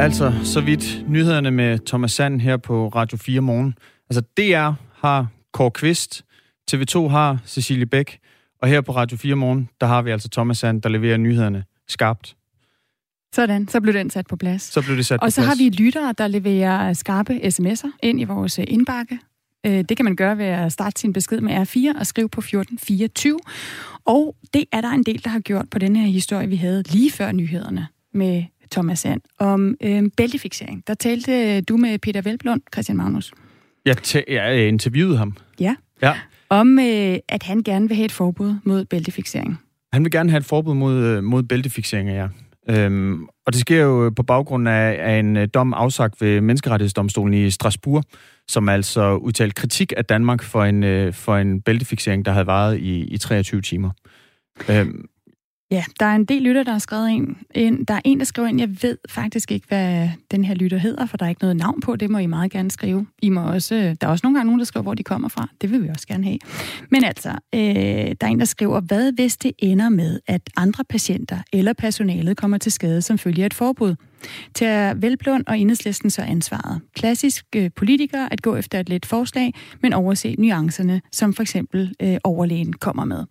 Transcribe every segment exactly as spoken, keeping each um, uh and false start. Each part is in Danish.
Altså, så vidt nyhederne med Thomas Sand her på Radio fire Morgen. Altså, D R har Kåre Kvist, T V to har Cecilie Bæk, og her på Radio fire Morgen, der har vi altså Thomas Sand, der leverer nyhederne skarpt. Sådan, så blev den sat på plads. Så blev det sat på og plads. så har vi lyttere, der leverer skarpe sms'er ind i vores indbakke. Det kan man gøre ved at starte sin besked med R fire og skrive på fjorten fireogtyve. Og det er der en del, der har gjort på den her historie, vi havde lige før nyhederne med Thomas Sand om øh, bæltefiksering. Der talte du med Peter Velblund, Christian Magnus. Jeg, t- jeg interviewede ham. Ja. ja. Om, øh, at han gerne vil have et forbud mod bæltefiksering. Han vil gerne have et forbud mod, mod bæltefiksering, ja. Øhm, og det sker jo på baggrund af, af en dom afsagt ved Menneskerettighedsdomstolen i Strasbourg, som altså udtalte kritik af Danmark for en, for en bæltefiksering, der havde varet i, i treogtyve timer. Øhm, Ja, der er en del lytter, der har skrevet ind. En, der er en, der skriver ind, jeg ved faktisk ikke, hvad den her lytter hedder, for der er ikke noget navn på. Det må I meget gerne skrive. I må også, der er også nogle gange nogen, der skriver, hvor de kommer fra. Det vil vi også gerne have. Men altså, øh, der er en, der skriver, hvad hvis det ender med, at andre patienter eller personalet kommer til skade som følge af et forbud? Til Velblund og Enhedslisten så ansvaret. Klassisk øh, politikere at gå efter et let forslag, men overse nuancerne, som for eksempel øh, overlægen kommer med.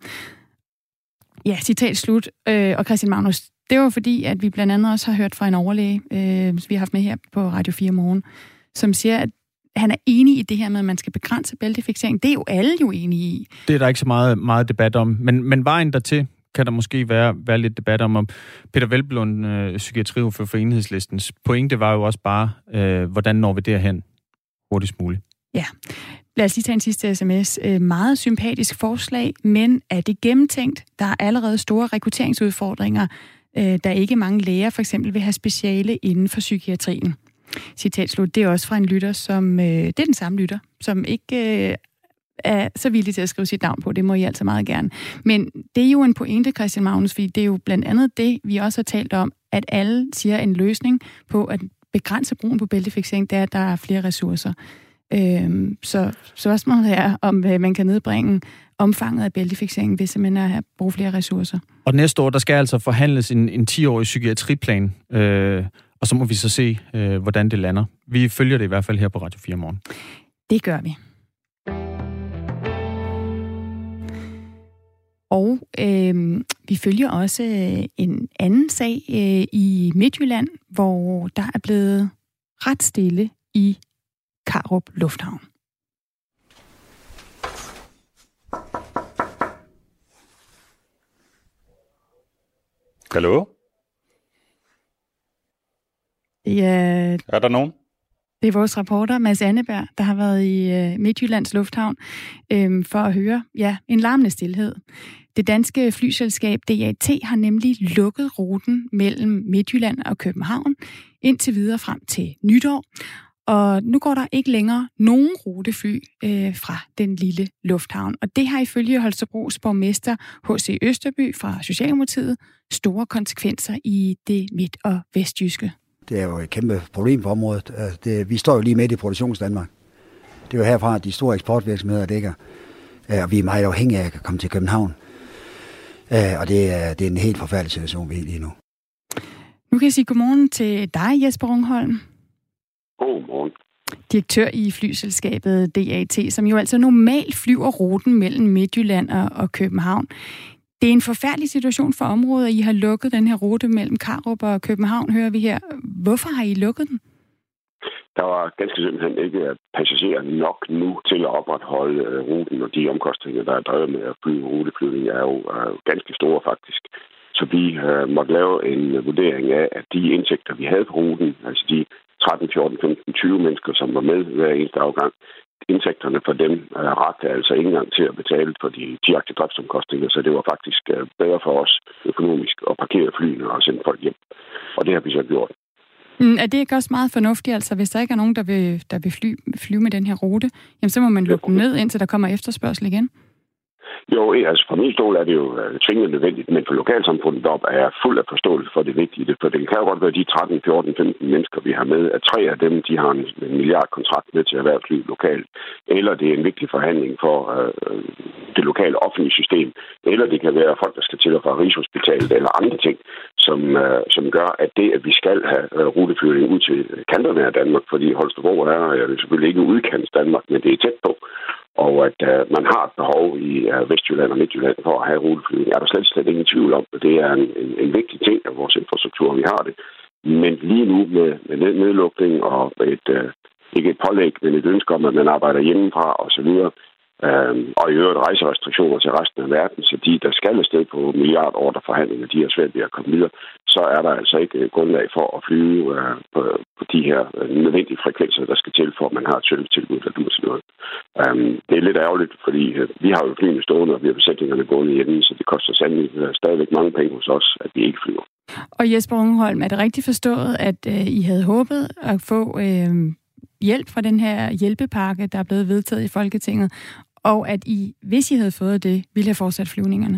Ja, citat slut. Øh, og Christian Magnus, det var fordi, at vi blandt andet også har hørt fra en overlæge, øh, vi har haft med her på Radio fire Morgen, som siger, at han er enig i det her med, at man skal begrænse bæltefiksering. Det er jo alle jo enige i. Det er der ikke så meget, meget debat om. Men, men vejen dertil kan der måske være, være lidt debat om. om Peter Velblund, øh, psykiatriordfører for Enhedslistens pointe var jo også bare, øh, hvordan når vi derhen hurtigst muligt. Ja. Lad os lige tage en sidste sms. Meget sympatisk forslag, men er det gennemtænkt? Der er allerede store rekrutteringsudfordringer, der ikke mange læger for eksempel vil have speciale inden for psykiatrien. Citat slut. Det er også fra en lytter, som det er den samme lytter, som ikke er så villig til at skrive sit navn på. Det må I altså meget gerne. Men det er jo en pointe, Christian Magnus, fordi det er jo blandt andet det, vi også har talt om, at alle siger en løsning på at begrænse brugen på bæltefiksering, det er, at der er flere ressourcer. Øhm, så spørgsmålet er, om øh, man kan nedbringe omfanget af bæltefiksering, hvis man har brug flere ressourcer. Og næste år, der skal altså forhandles en, en ti-årig psykiatriplan, øh, og så må vi så se, øh, hvordan det lander. Vi følger det i hvert fald her på Radio fire Morgen. Det gør vi. Og øh, vi følger også en anden sag øh, i Midtjylland, hvor der er blevet ret stille i Karup Lufthavn. Hallo? Ja, er der nogen? Det er vores reporter, Mads Anneberg, der har været i øh, Midtjyllands Lufthavn øh, for at høre ja, en larmende stilhed. Det danske flyselskab D A T har nemlig lukket ruten mellem Midtjylland og København indtil videre frem til nytår. Og nu går der ikke længere nogen rutefly øh, fra den lille lufthavn. Og det har ifølge Holstebros borgmester H C Østerby fra Socialdemokratiet store konsekvenser i det midt- og vestjyske. Det er jo et kæmpe problem for området. Det, vi står jo lige midt i produktionsdanmark. Det er jo herfra, at de store eksportvirksomheder dækker. Og vi er meget afhængige af at komme til København. Og det er, det er en helt forfærdelig situation, vi er lige nu. Nu kan jeg sige godmorgen til dig, Jesper Rungholm. Godmorgen. Direktør i flyselskabet D A T, som jo altså normalt flyver ruten mellem Midtjylland og, og København. Det er en forfærdelig situation for området, at I har lukket den her rute mellem Karup og København, hører vi her. Hvorfor har I lukket den? Der var ganske simpelthen ikke passagerer nok nu til at opretholde ruten, og de omkostninger, der er drevet med at flyve ruteflyvning, er jo, er jo ganske store faktisk. Så vi øh, måtte lave en vurdering af, at de indtægter, vi havde på ruten, altså de tretten, fjorten, femten, tyve mennesker, som var med hver eneste afgang, indtægterne for dem øh, rakte altså ikke engang til at betale for de direkte driftsomkostninger, så det var faktisk øh, bedre for os økonomisk at parkere flyene og sende folk hjem. Og det har vi så gjort. Mm, er det ikke også meget fornuftigt, altså hvis der ikke er nogen, der vil, der vil fly, flyve med den her rute, jamen så må man lukke dem ned, indtil der kommer efterspørgsel igen? Jo, altså fra min stol er det jo uh, tvingende nødvendigt, men for lokalsamfundet op er jeg fuld af forståelse for det vigtige. For det kan jo godt være de tretten, fjorten, femten mennesker, vi har med, at tre af dem, de har en, en milliardkontrakt med til erhvervsliv lokalt. Eller det er en vigtig forhandling for uh, det lokale offentlige system. Eller det kan være folk, der skal til og fra Rigshospitalet eller andre ting. som, uh, som gør, at det, at vi skal have uh, ruteflyvning ud til kanterne af Danmark, fordi Holstebro er uh, selvfølgelig ikke udkants Danmark, men det er tæt på, og at uh, man har et behov i uh, Vestjylland og Midtjylland for at have ruteflyvning, er der slet, slet ingen tvivl om, at det er en, en, en vigtig ting af vores infrastruktur, vi har det. Men lige nu med, med nedlukning og et, uh, ikke et pålæg, men et ønske om, at man arbejder hjemmefra osv., Øhm, og i øvrigt rejserestriktioner til resten af verden, så de, der skal afsted på milliardordreforhandlinger, de er svært ved at komme videre, så er der altså ikke grundlag for at flyve øh, på, på de her øh, nødvendige frekvenser, der skal til, for at man har et servicetilbud, der duer til noget. Øhm, det er lidt ærgerligt, fordi øh, vi har jo flyene stående, og vi har besætningerne gående hjemme, så det koster sandelig øh, stadigvæk mange penge hos os, at vi ikke flyver. Og Jesper Rungholm, er det rigtigt forstået, at øh, I havde håbet at få øh, hjælp fra den her hjælpepakke, der er blevet vedtaget i Folketinget, og at I, hvis I havde fået det, ville have fortsat flyvningerne?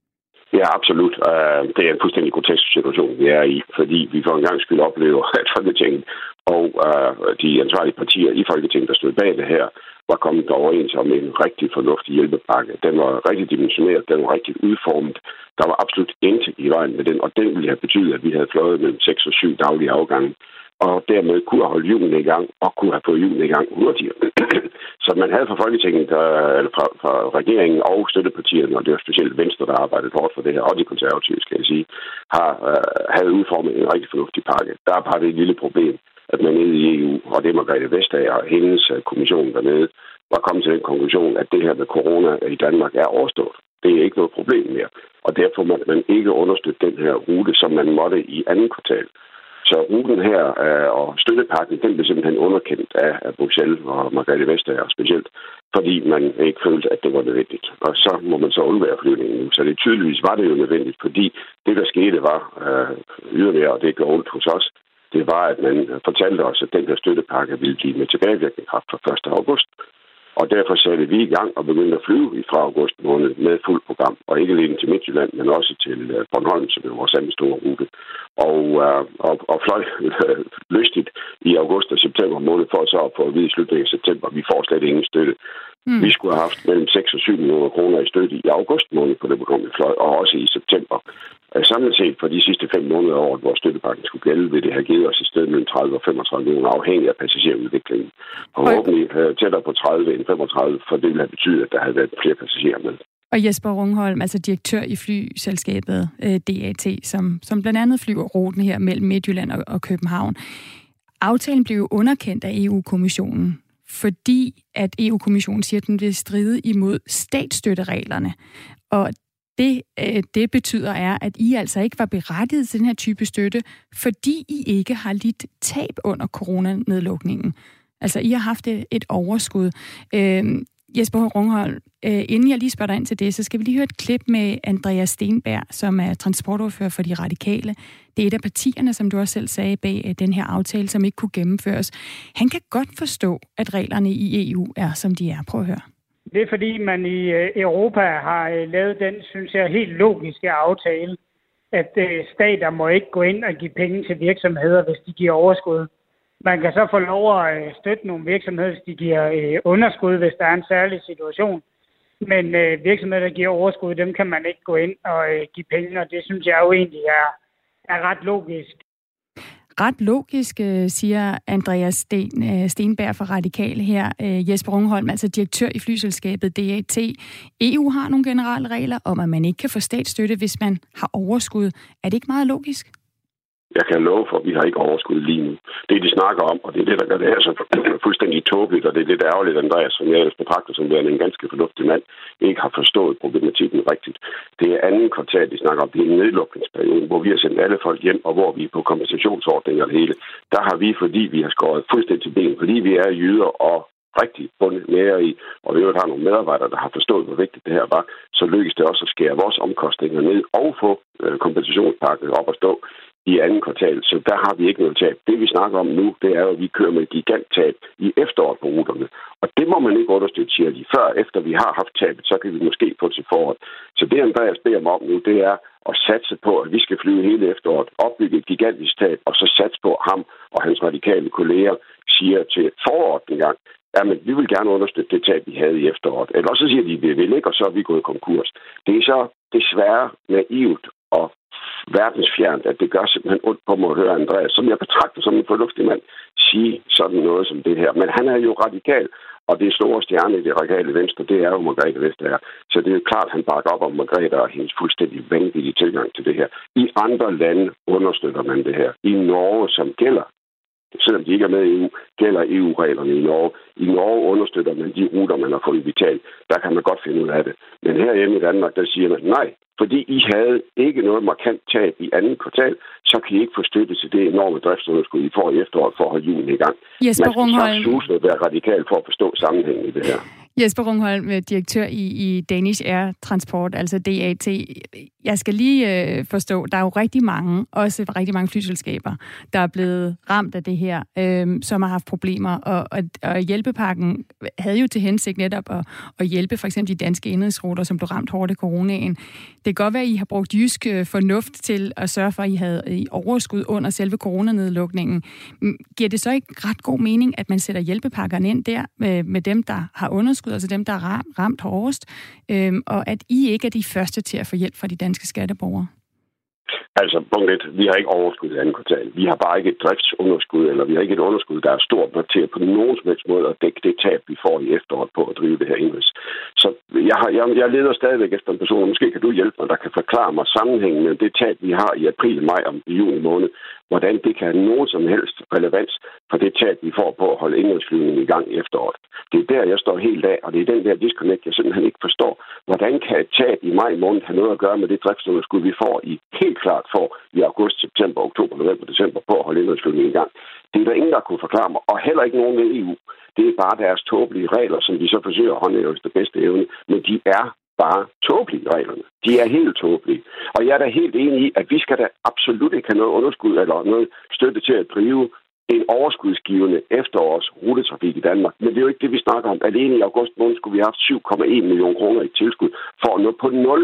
Ja, absolut. Det er en fuldstændig grotesk situation, vi er i, fordi vi for en gang skyld oplever, at Folketinget og de ansvarlige partier i Folketinget, der stod bag det her, var kommet overens om en rigtig fornuftig hjælpepakke. Den var rigtig dimensioneret, den var rigtig udformet. Der var absolut intet i vejen med den, og den ville have betydet, at vi havde fløjet mellem seks og syv daglige afgange, og dermed kunne have holdt hjulene i gang, og kunne have fået hjulene i gang hurtigere. Så man havde fra Folketinget, eller fra, fra regeringen og støttepartierne, og det var specielt Venstre, der arbejdede hårdt for det her, og de konservative, skal jeg sige, har, uh, havde udformet en rigtig fornuftig pakke. Der er bare det et lille problem, at man nede i E U, og det er Margrethe Vestager og hendes uh, kommission dernede, var kommet til den konklusion, at det her med corona i Danmark er overstået. Det er ikke noget problem mere, og derfor må man ikke understøtte den her rute, som man måtte i anden kvartal. Så ruten her øh, og støttepakken, den blev simpelthen underkendt af, af Bruxelles og Margrethe Vestager specielt, fordi man ikke følte, at det var nødvendigt. Og så må man så undvære flyvningen nu. Så det tydeligvis var det jo nødvendigt, fordi det, der skete, var øh, yderligere, og det gør ondt hos os, det var, at man fortalte os, at den her støttepakke ville blive med tilbagevirkende kraft fra første august. Og derfor satte vi i gang og begyndte at flyve fra august måned med fuld program. Og ikke alene til Midtjylland, men også til Bornholm, som er vores anden store rute. Og, øh, og, og fløj øh, lystigt i august og september måned for så at få at vide i slutningen af september. Vi får slet ingen støtte. Mm. Vi skulle have haft mellem seks og syv millioner kroner i støtte i august måned på det program, vi fløj, og også i september. Samlet set for de sidste fem måneder over, hvor støttepakken skulle gælde, vil det have givet os et sted mellem tredive og femogtredive millioner, afhængig af passagerudviklingen. Og forhåbentlig tættere på tredive end femogtredive, for det ville have betydet, at der havde været flere passagerer med. Og Jesper Rungholm, altså direktør i flyselskabet D A T, som, som blandt andet flyver ruten her mellem Midtjylland og, og København. Aftalen blev jo underkendt af E U-kommissionen, fordi at E U-kommissionen siger, at den vil stride imod statsstøttereglerne. Og Det, det betyder er, at I altså ikke var berettiget til den her type støtte, fordi I ikke har lidt tab under coronanedlukningen. Altså, I har haft et overskud. Øh, Jesper Rungholm, øh, inden jeg lige spørger dig ind til det, så skal vi lige høre et klip med Andreas Steenberg, som er transportordfører for De Radikale. Det er et af partierne, som du også selv sagde, bag den her aftale, som ikke kunne gennemføres. Han kan godt forstå, at reglerne i E U er, som de er. Prøv at høre. Det er fordi, man i Europa har lavet den, synes jeg, helt logiske aftale, at stater må ikke gå ind og give penge til virksomheder, hvis de giver overskud. Man kan så få lov at støtte nogle virksomheder, hvis de giver underskud, hvis der er en særlig situation. Men virksomheder, der giver overskud, dem kan man ikke gå ind og give penge, og det synes jeg jo egentlig er, er ret logisk. Ret logisk, siger Andreas Sten, Steenberg fra Radikale her. Jesper Rungholm, altså direktør i flyselskabet D A T. E U har nogle generelle regler om, at man ikke kan få statsstøtte, hvis man har overskud. Er det ikke meget logisk? Jeg kan love for, at vi har ikke overskud lige nu. Det, de snakker om, og det er det, der gør det her så fuldstændig tåbeligt, og det er lidt ærgerligt, Andreas, som jeg ellers betragter som værende en ganske fornuftig mand, ikke har forstået problematikken rigtigt. Det er anden kvartal, de snakker om. Det er en nedlukningsperiode, hvor vi har sendt alle folk hjem, og hvor vi er på kompensationsordninger og det hele. Der har vi, fordi vi har skåret fuldstændig til ben, fordi vi er jyder og rigtig bundet mere i, og vi har nogle medarbejdere, der har forstået, hvor vigtigt det her var, så lykkes det også at skære vores omkostninger ned og få øh, kompensationspakken op at stå i anden kvartal, så der har vi ikke noget tab. Det, vi snakker om nu, det er jo, at vi kører med giganttab i efteråret på ruterne. Og det må man ikke understøtte, siger de. Før, efter vi har haft tabet, så kan vi måske få til foråret. Så det, Andreas beder mig om nu, det er at satse på, at vi skal flyve hele efteråret, opbygge et gigantisk tab, og så satse på ham og hans radikale kolleger siger til foråret en gang, ja, men vi vil gerne understøtte det tab, vi havde i efteråret. Eller også siger de, vi vil ikke, og så er vi gået konkurs. Det er så desværre naivt og verdensfjernt, at det gør simpelthen ondt på mig at høre Andreas, som jeg betragter som en fornuftig mand, sige sådan noget som det her. Men han er jo radikal, og det store stjerne i det radikale venstre, det er jo Margrethe Vestager. Så det er jo klart, at han bakker op om Margrethe og hendes fuldstændig vanvittige tilgang til det her. I andre lande understøtter man det her. I Norge, som gælder, selvom de ikke er med i E U, gælder E U-reglerne i Norge. I Norge understøtter man de ruter, man har fået betalt. Der kan man godt finde ud af det. Men herhjemme i Danmark, der siger man nej, fordi I havde ikke noget markant tab i anden kvartal, så kan I ikke få støtte til det enorme driftsunderskud, I får i efteråret for at holde julen i gang. Jesper Rungholm. Man skal snart være radikal for at forstå sammenhængen i det her. Jesper Rungholm, direktør i, i Danish Air Transport, altså D A T. Jeg skal lige øh, forstå, der er jo rigtig mange, også rigtig mange flyselskaber, der er blevet ramt af det her, øh, som har haft problemer, og, og, og hjælpepakken havde jo til hensigt netop at, at hjælpe for eksempel de danske indrigsruter, som blev ramt hårdt af coronaen. Det kan godt være, at I har brugt jysk fornuft til at sørge for, at I havde i overskud under selve coronanedlukningen. Giver det så ikke ret god mening, at man sætter hjælpepakkerne ind der med, med dem, der har underskud, altså dem, der er ramt, ramt hårdest, øhm, og at I ikke er de første til at få hjælp fra de danske skatteborgere? Altså, punkt et, vi har ikke overskud i anden kvartal. Vi har bare ikke et driftsunderskud, eller vi har ikke et underskud, der er stort nok til på nogen som helst måde at dække det tab, vi får i efteråret på at drive det her indrigs. Så jeg, har, jeg, jeg leder stadigvæk efter en person, og måske kan du hjælpe mig, der kan forklare mig sammenhængen med det tab, vi har i april, maj og i juni måned, hvordan det kan have nogen som helst relevans for det tab, vi får på at holde indrigsflyvningen i gang i efteråret. Det er der, jeg står helt af, og det er den der disconnect, jeg simpelthen ikke forstår. Hvordan kan et tab i maj måned have noget at gøre med det driftsunderskud, vi får i helt klart får i august, september, oktober, november, december på at holde indrigsflyvningen i gang? Det er der ingen, der kunne forklare mig, og heller ikke nogen ved E U. Det er bare deres tåbelige regler, som de så forsøger at håndhæve efter bedste evne, men de er bare tåbelige reglerne. De er helt tåbelige. Og jeg er da helt enig i, at vi skal da absolut ikke have noget underskud eller noget støtte til at drive en overskudsgivende efterårs rutetrafik i Danmark. Men det er jo ikke det, vi snakker om. Alene i august måned skulle vi have haft syv komma en millioner kroner i tilskud for at nå på nul.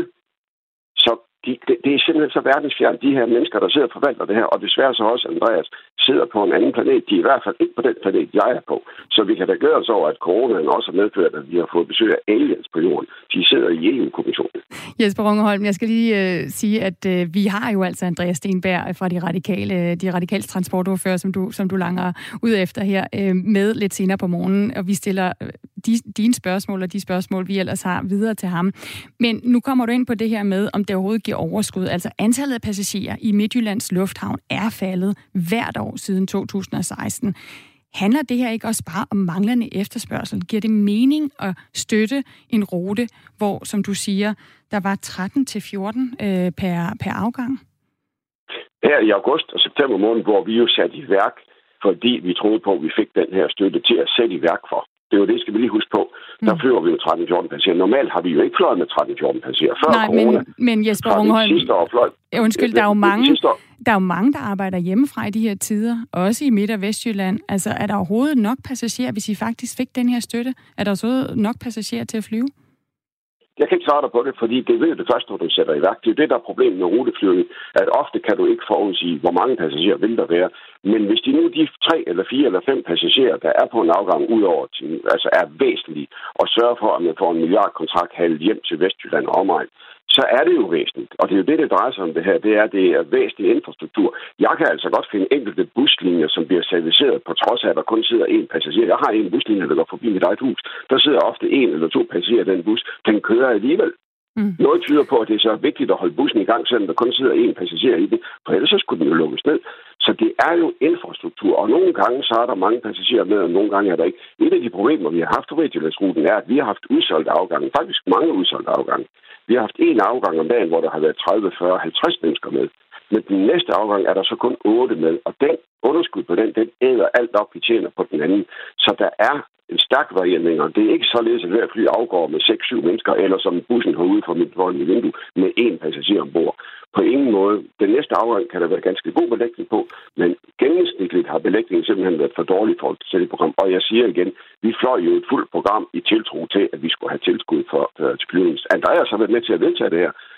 Så de, det, det er simpelthen så verdensfjernt, de her mennesker, der sidder og forvalter det her, og desværre så også Andreas, sidder på en anden planet. De er i hvert fald ikke på den planet, jeg er på. Så vi kan da glæde os over, at coronaen også har medført, at vi har fået besøg af aliens på jorden. De sidder i E U-kommissionen. Jesper Rungholm, jeg skal lige øh, sige, at øh, vi har jo altså Andreas Steenberg fra de radikale, de radikale transportordfører, som du, som du langer ud efter her, øh, med lidt senere på morgenen, og vi stiller de, dine spørgsmål og de spørgsmål, vi ellers har videre til ham. Men nu kommer du ind på det her med, om det overhovedet giver overskud. Altså antallet af passagerer i Midtjyllands Lufthavn er faldet hvert år siden to tusind og seksten. Handler det her ikke også bare om manglende efterspørgsel? Giver det mening at støtte en rute, hvor, som du siger, der var tretten til fjorten øh, per, per afgang? Her i august og september måned, hvor vi jo satte i værk, fordi vi troede på, at vi fik den her støtte til at sætte i værk for. Det er jo det, skal vi lige huske på. Der flyver vi jo tretten til fjorten passagerer. Normalt har vi jo ikke fløjet med tretten til fjorten passagerer. Før Nej, corona, men, men Jesper Rungholm, undskyld, der er, jo mange, der er jo mange, der arbejder hjemmefra i de her tider, også i Midt- og Vestjylland. Altså, er der overhovedet nok passagerer, hvis I faktisk fik den her støtte? Er der overhovedet nok passagerer til at flyve? Jeg kan ikke svare dig på det, fordi det ved det først, når du sætter i værk. Det er det, der er problemet med ruteflyvning, at ofte kan du ikke forudsige, hvor mange passagerer vil der være. Men hvis de nu de tre eller fire eller fem passagerer, der er på en afgang udover, til, altså er væsentlige, og sørger for, at man får en milliardkontrakt halvt hjem til Vestjylland og omegn, så er det jo væsentligt. Og det er jo det, det drejer sig om det her. Det er, det er væsentlig infrastruktur. Jeg kan altså godt finde enkelte buslinjer, som bliver serviceret på trods af, at der kun sidder én passager. Jeg har en buslinje, der går forbi mit eget hus. Der sidder ofte en eller to passagerer i den bus. Den kører alligevel. Mm. Noget tyder på, at det er så vigtigt at holde bussen i gang, selvom der kun sidder én passager i den. For ellers så skulle den jo lukkes ned. Så det er jo infrastruktur, og nogle gange så er der mange passagerer med, og nogle gange er der ikke. Et af de problemer, vi har haft på Midtjyllandsruten, er, at vi har haft udsolgte afgange. Faktisk mange udsolgte afgange. Vi har haft en afgang om dagen, hvor der har været tredive, fyrre, halvtreds mennesker med. Men den næste afgang er der så kun otte med, og den underskud på den, den æder alt op, vi tjener på den anden. Så der er en stærk variering, og det er ikke således, at hver fly afgår med seks syv mennesker, eller som bussen herude fra mit voldelige vindue med én passager ombord. På ingen måde. Den næste afgang kan der være ganske god belægning på, men gennemsnitligt har belægningen simpelthen været for dårlig for det program. Og jeg siger igen, vi fløj jo et fuldt program i tiltro til, at vi skulle have tilskud for, for til flyvning. Andreas har været med til at vedtage det her.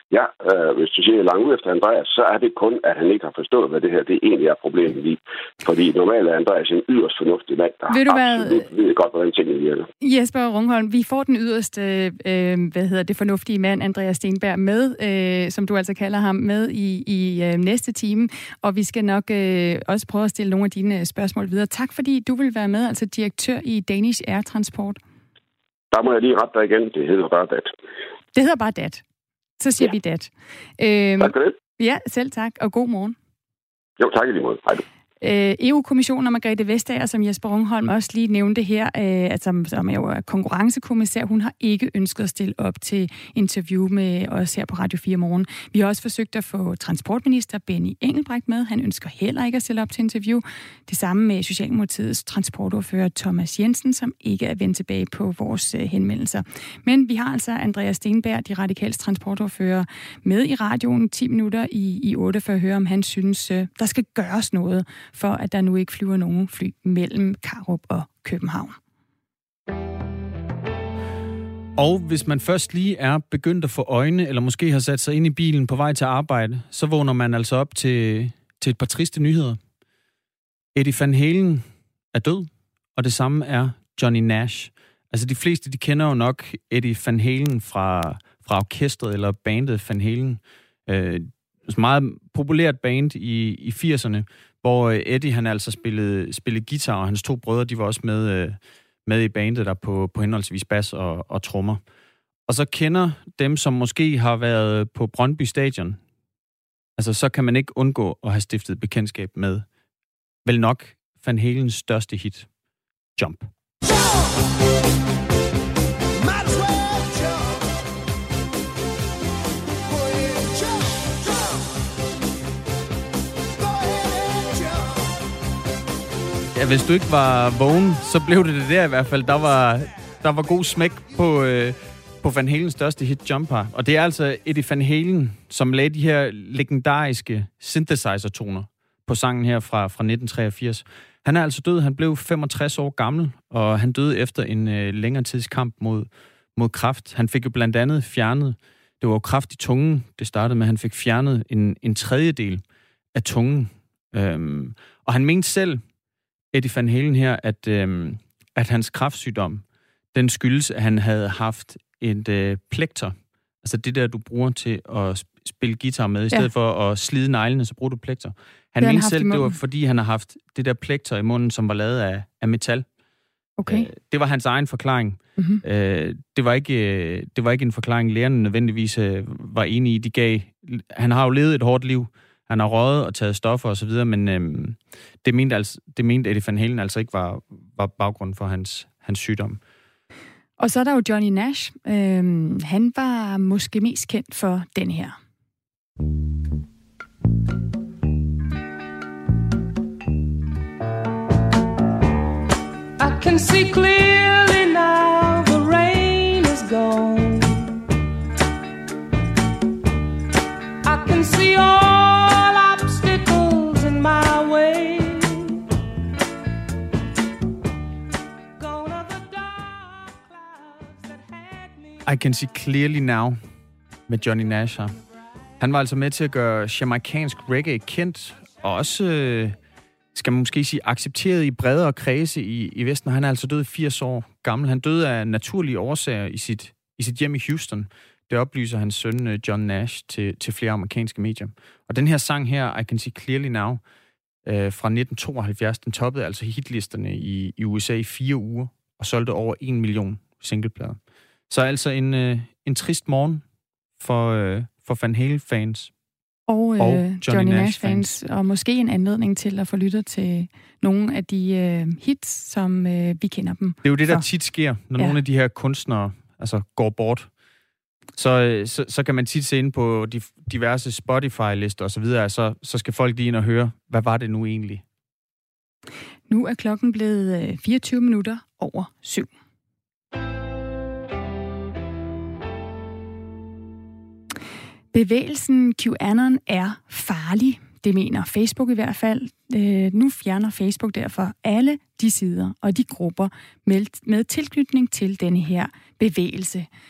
ja, øh, hvis du siger langt ud efter Andreas, så er det kun, at han ikke har forstået, hvad det her det egentlig er problemet i. Fordi normalt er Andreas en yderst fornuftig mand, der ved du absolut hvad... ved godt, hvordan tingene virker. Jesper Rungholm, vi får den yderste, øh, hvad hedder det, fornuftige mand, Andreas Steenberg, med, øh, som du altså kalder ham, med i, i øh, næste time. Og vi skal nok øh, også prøve at stille nogle af dine spørgsmål videre. Tak fordi du vil være med, altså direktør i Danish Air Transport. Der må jeg lige rette dig igen. Det hedder bare D A T. Det hedder bare D A T. Så siger ja. vi D A T. Øhm, tak for det. Ja, selv tak, og god morgen. Jo, tak i lige måde. Hej. E U-kommissionen og Margrethe Vestager, som Jesper Rungholm også lige nævnte her, øh, som, som er jo konkurrencekommissær, hun har ikke ønsket at stille op til interview med os her på Radio fire Morgen. Vi har også forsøgt at få transportminister Benny Engelbrecht med. Han ønsker heller ikke at stille op til interview. Det samme med Socialdemokratiets transportordfører Thomas Jensen, som ikke er vendt tilbage på vores øh, henvendelser. Men vi har altså Andreas Steenberg, de radikales transportordfører, med i radioen ti minutter i, i otte for at høre, om han synes, øh, der skal gøres noget for at der nu ikke flyver nogen fly mellem Karup og København. Og hvis man først lige er begyndt at få øjne, eller måske har sat sig ind i bilen på vej til arbejde, så vågner man altså op til, til et par triste nyheder. Eddie Van Halen er død, og det samme er Johnny Nash. Altså de fleste, de kender jo nok Eddie Van Halen fra, fra orkestret eller bandet Van Halen. Øh, meget populært band i, i firserne, hvor Eddie han altså spillede, spillede guitar, og hans to brødre, de var også med, med i bandet der på, på henholdsvis bas og, og trommer. Og så kender dem, som måske har været på Brøndby Stadion, altså så kan man ikke undgå at have stiftet bekendtskab med vel nok Van Halens største hit, Jump. Ja, hvis du ikke var vågen, så blev det det der i hvert fald. Der var, der var god smæk på, øh, på Van Halens største hit, Jump her. Og det er altså Eddie Van Halen, som lagde de her legendariske synthesizer-toner på sangen her fra, fra nitten treogfirs. Han er altså død, han blev femogtres år gammel, og han døde efter en øh, længere tids kamp mod, mod kræft. Han fik jo blandt andet fjernet, det var jo kræft i tungen, det startede med, at han fik fjernet en, en tredjedel af tungen. Øhm, og han mente selv, Eddie Van Halen her, at, øhm, at hans kræftsygdom, den skyldes, at han havde haft et øh, plekter. Altså det der, du bruger til at spille guitar med. I stedet ja. for at slide neglene, så bruger du plekter. Han mente selv, det var fordi, han har haft det der plekter i munden, som var lavet af, af metal. Okay. Øh, det var hans egen forklaring. Mm-hmm. Øh, det, var ikke, det var ikke en forklaring, lægerne nødvendigvis øh, var enige i. De gav, han har jo levet et hårdt liv. Han har røget og taget stoffer og så videre, men øhm, det, mente altså, det mente Eddie Van Halen altså ikke var, var baggrunden for hans, hans sygdom. Og så er der jo Johnny Nash. Øhm, han var måske mest kendt for den her. I can see clearly now the rain is gone. I can see all obstacles in my way. Gone are the dark clouds that had me. I can see clearly now med Johnny Nash her. Han var altså med til at gøre jamaicansk reggae kendt, og også, øh, skal man måske sige, accepteret i bredere kredse i, i Vesten. Han er altså død firs år gammel. Han døde af naturlige årsager i sit, i sit hjem i Houston. Det oplyser hans søn John Nash til, til flere amerikanske medier. Og den her sang her, I Can See Clearly Now, øh, fra nitten tooghalvfjerds, den toppede altså hitlisterne i, i U S A i fire uger, og solgte over en million singleplader. Så altså en, øh, en trist morgen for, øh, for Van Halen-fans. Og, øh, og Johnny, Johnny Nash-fans, og måske en anledning til at få lyttet til nogle af de øh, hits, som øh, vi kender dem. Det er jo det, for. der tit sker, når ja. nogle af de her kunstnere altså, går bort. Så, så, så kan man tit se ind på de diverse Spotify-lister osv., så, så, så skal folk lige ind og høre, hvad var det nu egentlig? Nu er klokken blevet fireogtyve minutter over syv. Bevægelsen QAnon er farlig. Det mener Facebook i hvert fald. Øh, nu fjerner Facebook derfor alle de sider og de grupper med, med tilknytning til denne her bevægelse.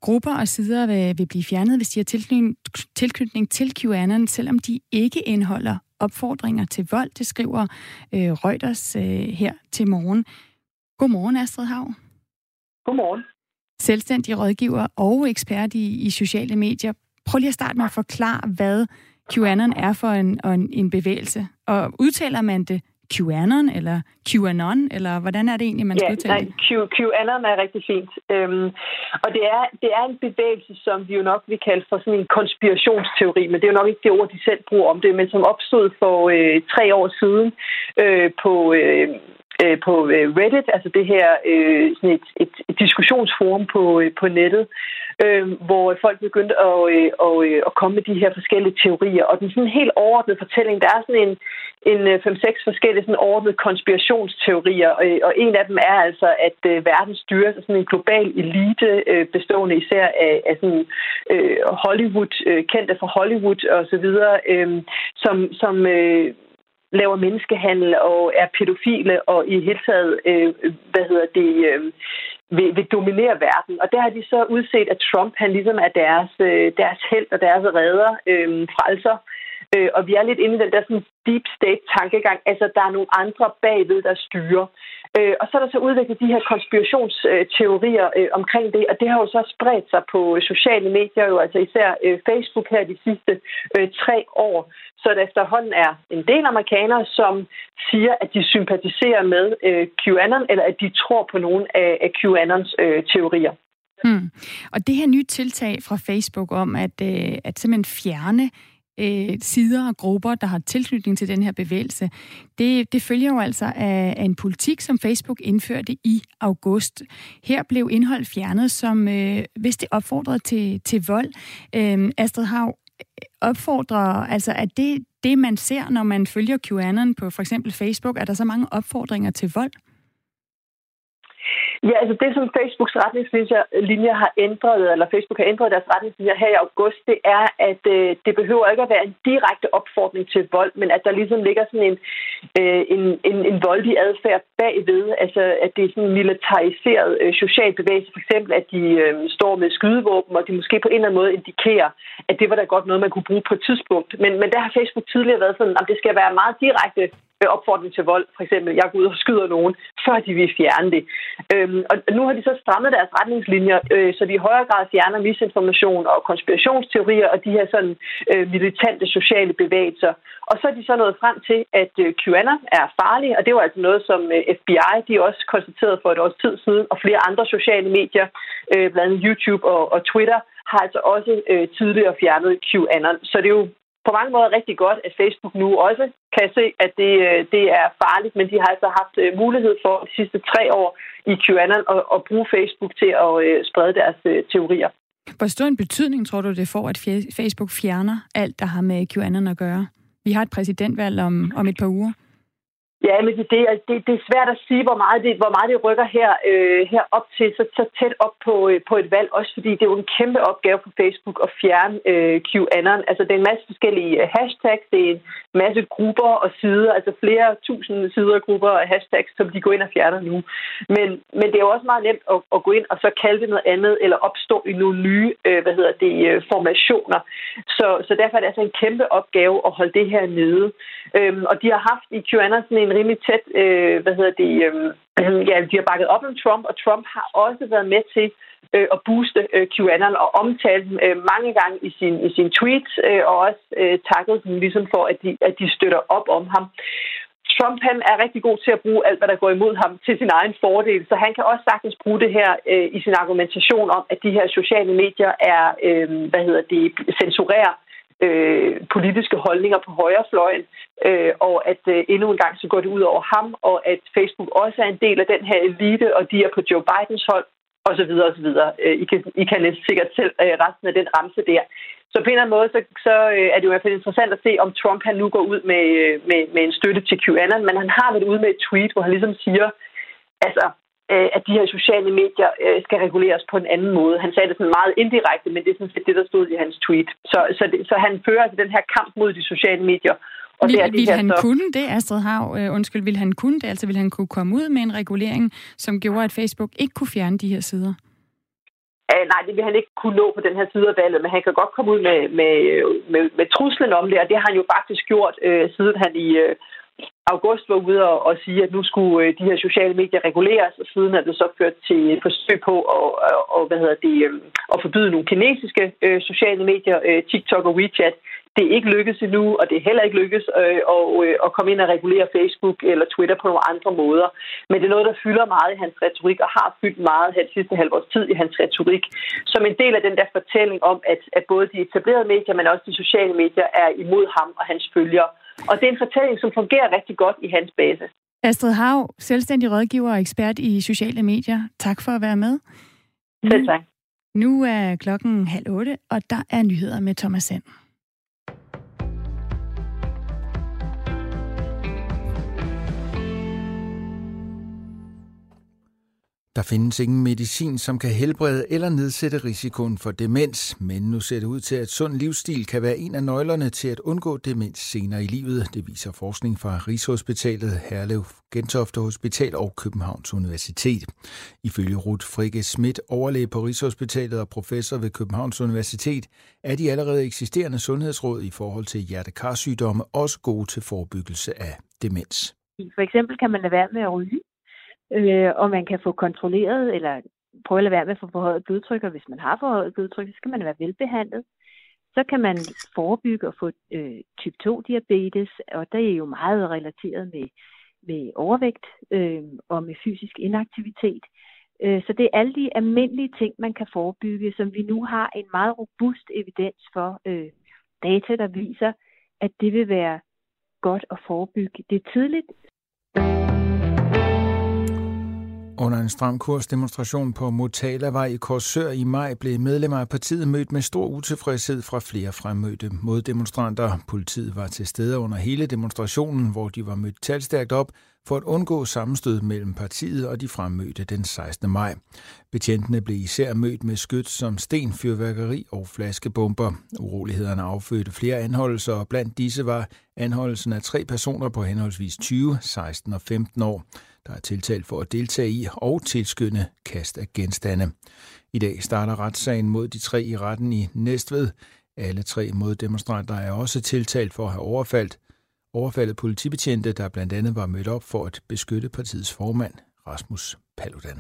grupper og sider vil, vil blive fjernet, hvis de har tilknytning, tilknytning til QAnon, selvom de ikke indeholder opfordringer til vold. Det skriver øh, Reuters øh, her til morgen. Godmorgen, Astrid Haug. Godmorgen. Selvstændig rådgiver og ekspert i, i sociale medier. Prøv lige at starte med at forklare, hvad QAnon er for en, en, en bevægelse. Og udtaler man det QAnon eller QAnon, eller hvordan er det egentlig, man skal ja, udtale nej, det? Q, QAnon er rigtig fint. Øhm, og det er, det er en bevægelse, som vi jo nok vil kalde for sådan en konspirationsteori, men det er jo nok ikke det ord, de selv bruger om det, men som opstod for øh, tre år siden øh, på... Øh, på Reddit, altså det her øh, sådan et, et, et diskussionsforum på, på nettet, øh, hvor folk begyndte at, øh, at, at komme med de her forskellige teorier. Og den sådan helt overordnede fortælling, der er sådan en, en fem seks forskellige sådan overordnede konspirationsteorier, og, og en af dem er altså, at øh, verden styres af sådan en global elite, øh, bestående især af, af sådan, øh, Hollywood, øh, kendte fra Hollywood og så videre, øh, som, som øh, laver menneskehandel og er pædofile og i hele taget, øh, hvad hedder det, øh, vil, vil dominere verden. Og der har de så udset, at Trump, han ligesom er deres, øh, deres held og deres redder, øh, frelser. Øh, og vi er lidt inde i den der sådan deep state-tankegang. Altså, der er nogle andre bagved, der styrer. Øh, og så er der så udviklet de her konspirationsteorier øh, omkring det, og det har jo så spredt sig på sociale medier, jo altså især øh, Facebook her de sidste øh, tre år. Så der efterhånden er en del amerikanere, som siger, at de sympatiserer med øh, QAnon, eller at de tror på nogle af, af QAnons øh, teorier. Hmm. Og det her nye tiltag fra Facebook om at, øh, at simpelthen fjerne øh, sider og grupper, der har tilknytning til den her bevægelse, det, det følger jo altså af, af en politik, som Facebook indførte i august. Her blev indhold fjernet, som øh, hvis det opfordrede til, til vold. Øh, Astrid Haug, opfordrer, altså at det, det, man ser, når man følger QAnon på for eksempel Facebook, er der så mange opfordringer til vold? Ja, altså det, som Facebooks retningslinjer har ændret, eller Facebook har ændret deres retningslinjer her i august, det er, at øh, det behøver ikke at være en direkte opfordring til vold, men at der ligesom ligger sådan en, øh, en, en, en voldelig adfærd bagved, altså at det er sådan en militariseret øh, social bevægelse, for eksempel at de øh, står med skydevåben, og de måske på en eller anden måde indikerer, at det var da godt noget, man kunne bruge på et tidspunkt. Men, men der har Facebook tidligere været sådan, at det skal være meget direkte opfordring til vold, for eksempel, jeg går ud og skyder nogen, før de vil fjerne det. Øhm, og nu har de så strammet deres retningslinjer, øh, så de i højere grad fjerner misinformation og konspirationsteorier og de her sådan øh, militante sociale bevægelser. Og så er de så nået frem til, at øh, QAnon er farlig, og det var altså noget, som øh, F B I de også konstaterede for et års tid siden, og flere andre sociale medier, øh, blandt andet YouTube og, og Twitter, har altså også øh, tidligere fjernet QAnon. Så det er jo på mange måder rigtig godt, at Facebook nu også kan se, at det, det er farligt, men de har altså haft mulighed for de sidste tre år i QAnon at, at bruge Facebook til at sprede deres teorier. Hvor stor en betydning tror du, det får, at Facebook fjerner alt, der har med QAnon at gøre? Vi har et præsidentvalg om, om et par uger. Ja, men det, det, det, det er svært at sige, hvor meget det, hvor meget det rykker her, øh, her op til, så, så tæt op på, øh, på et valg, også fordi det er jo en kæmpe opgave for Facebook at fjerne øh, QAnon. Altså, det er en masse forskellige hashtags, det er en masse grupper og sider, altså flere tusind sider og grupper og hashtags, som de går ind og fjerner nu. Men, men det er jo også meget nemt at, at gå ind og så kalde det noget andet, eller opstå i nogle nye, øh, hvad hedder det, øh, formationer. Så, så derfor er det altså en kæmpe opgave at holde det her nede. Øhm, og de har haft i QAnon sådan en rimelig tæt, øh, hvad hedder det, øh, ja, de har bakket op om Trump, og Trump har også været med til øh, at booste øh, QAnon og omtale dem øh, mange gange i sin, i sin tweets, øh, og også øh, takket dem ligesom for, at de, at de støtter op om ham. Trump, han er rigtig god til at bruge alt, hvad der går imod ham, til sin egen fordel, så han kan også sagtens bruge det her øh, i sin argumentation om, at de her sociale medier er, øh, hvad hedder det, censurerer Øh, politiske holdninger på højrefløjen, øh, og at øh, endnu en gang så går det ud over ham, og at Facebook også er en del af den her elite, og de er på Joe Bidens hold, og så videre, og så videre. Øh, I, kan, I kan læse sikkert selv øh, resten af den ramse der. Så på en eller anden måde, så, så øh, er det jo i hvert fald interessant at se, om Trump han nu går ud med, med, med en støtte til QAnon, men han har været ude med et tweet, hvor han ligesom siger, altså, at de her sociale medier skal reguleres på en anden måde. Han sagde det sådan meget indirekte, men det er sådan set det, der stod i hans tweet. Så, så, det, så han fører altså den her kamp mod de sociale medier. Og vil, det er de vil her, han så... kunne det, Astrid Haug? Uh, undskyld, vil han kunne det? Altså vil han kunne komme ud med en regulering, som gjorde, at Facebook ikke kunne fjerne de her sider? Uh, nej, det vil han ikke kunne nå på den her side af valget, men han kan godt komme ud med, med, med, med truslen om det, og det har han jo faktisk gjort, uh, siden han i uh, august var ude og, og sige, at nu skulle uh, de her sociale medier reguleres, og siden er det så ført til et forsøg på at, og, og, hvad hedder det, um, at forbyde nogle kinesiske uh, sociale medier, uh, TikTok og WeChat. Det er ikke lykkedes endnu, og det er heller ikke lykkedes øh, at, øh, at komme ind og regulere Facebook eller Twitter på nogle andre måder. Men det er noget, der fylder meget i hans retorik, og har fyldt meget her de sidste halvårs tid i hans retorik, som en del af den der fortælling om, at, at både de etablerede medier, men også de sociale medier er imod ham og hans følgere. Og det er en fortælling, som fungerer rigtig godt i hans base. Astrid Hav, selvstændig rådgiver og ekspert i sociale medier. Tak for at være med. Selv tak. Nu er klokken halv otte, og der er nyheder med Thomas Sand. Der findes ingen medicin, som kan helbrede eller nedsætte risikoen for demens, men nu ser det ud til, at sund livsstil kan være en af nøglerne til at undgå demens senere i livet. Det viser forskning fra Rigshospitalet, Herlev Gentofte Hospital og Københavns Universitet. Ifølge Ruth Frigge Schmidt, overlæge på Rigshospitalet og professor ved Københavns Universitet, er de allerede eksisterende sundhedsråd i forhold til hjertekarsygdomme også gode til forebyggelse af demens. For eksempel kan man lade være med at ryge. Øh, og man kan få kontrolleret, eller prøve at lade være med at få forhøjet blodtryk, og hvis man har forhøjet blodtryk, så skal man være velbehandlet. Så kan man forebygge og få øh, type to diabetes, og det er jo meget relateret med, med overvægt øh, og med fysisk inaktivitet. Øh, så det er alle de almindelige ting, man kan forebygge, som vi nu har en meget robust evidens for øh, data, der viser, at det vil være godt at forebygge. Det er tidligt. Under en stram kursdemonstration på Motalavej i Korsør i maj blev medlemmer af partiet mødt med stor utilfredshed fra flere fremmødte moddemonstranter. Politiet var til stede under hele demonstrationen, hvor de var mødt talstærkt op for at undgå sammenstød mellem partiet og de fremmødte den sekstende maj. Betjentene blev især mødt med skyts som sten, fyrværkeri og flaskebomber. Urolighederne affødte flere anholdelser, og blandt disse var anholdelsen af tre personer på henholdsvis tyve, seksten og femten år. Der er tiltalt for at deltage i og tilskynde kast af genstande. I dag starter retssagen mod de tre i retten i Næstved. Alle tre moddemonstranter er også tiltalt for at have overfaldt, overfaldet politibetjente, der blandt andet var mødt op for at beskytte partiets formand, Rasmus Paludan.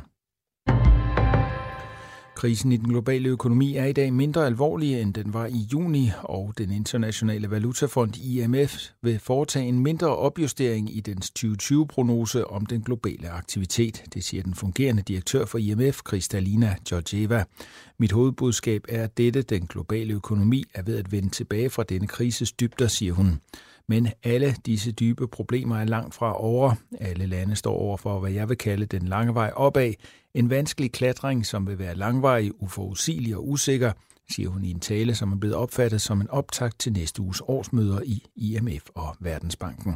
Krisen i den globale økonomi er i dag mindre alvorlig, end den var i juni, og den internationale valutafond I M F vil foretage en mindre opjustering i dens tyve tyve-prognose om den globale aktivitet. Det siger den fungerende direktør for I M F, Kristalina Georgieva. Mit hovedbudskab er, at dette, den globale økonomi, er ved at vende tilbage fra denne krises dybder, siger hun. Men alle disse dybe problemer er langt fra over. Alle lande står over for, hvad jeg vil kalde den lange vej opad. En vanskelig klatring, som vil være langvarig, uforudsigelig og usikker, siger hun i en tale, som er blevet opfattet som en optakt til næste uges årsmøder i I M F og Verdensbanken.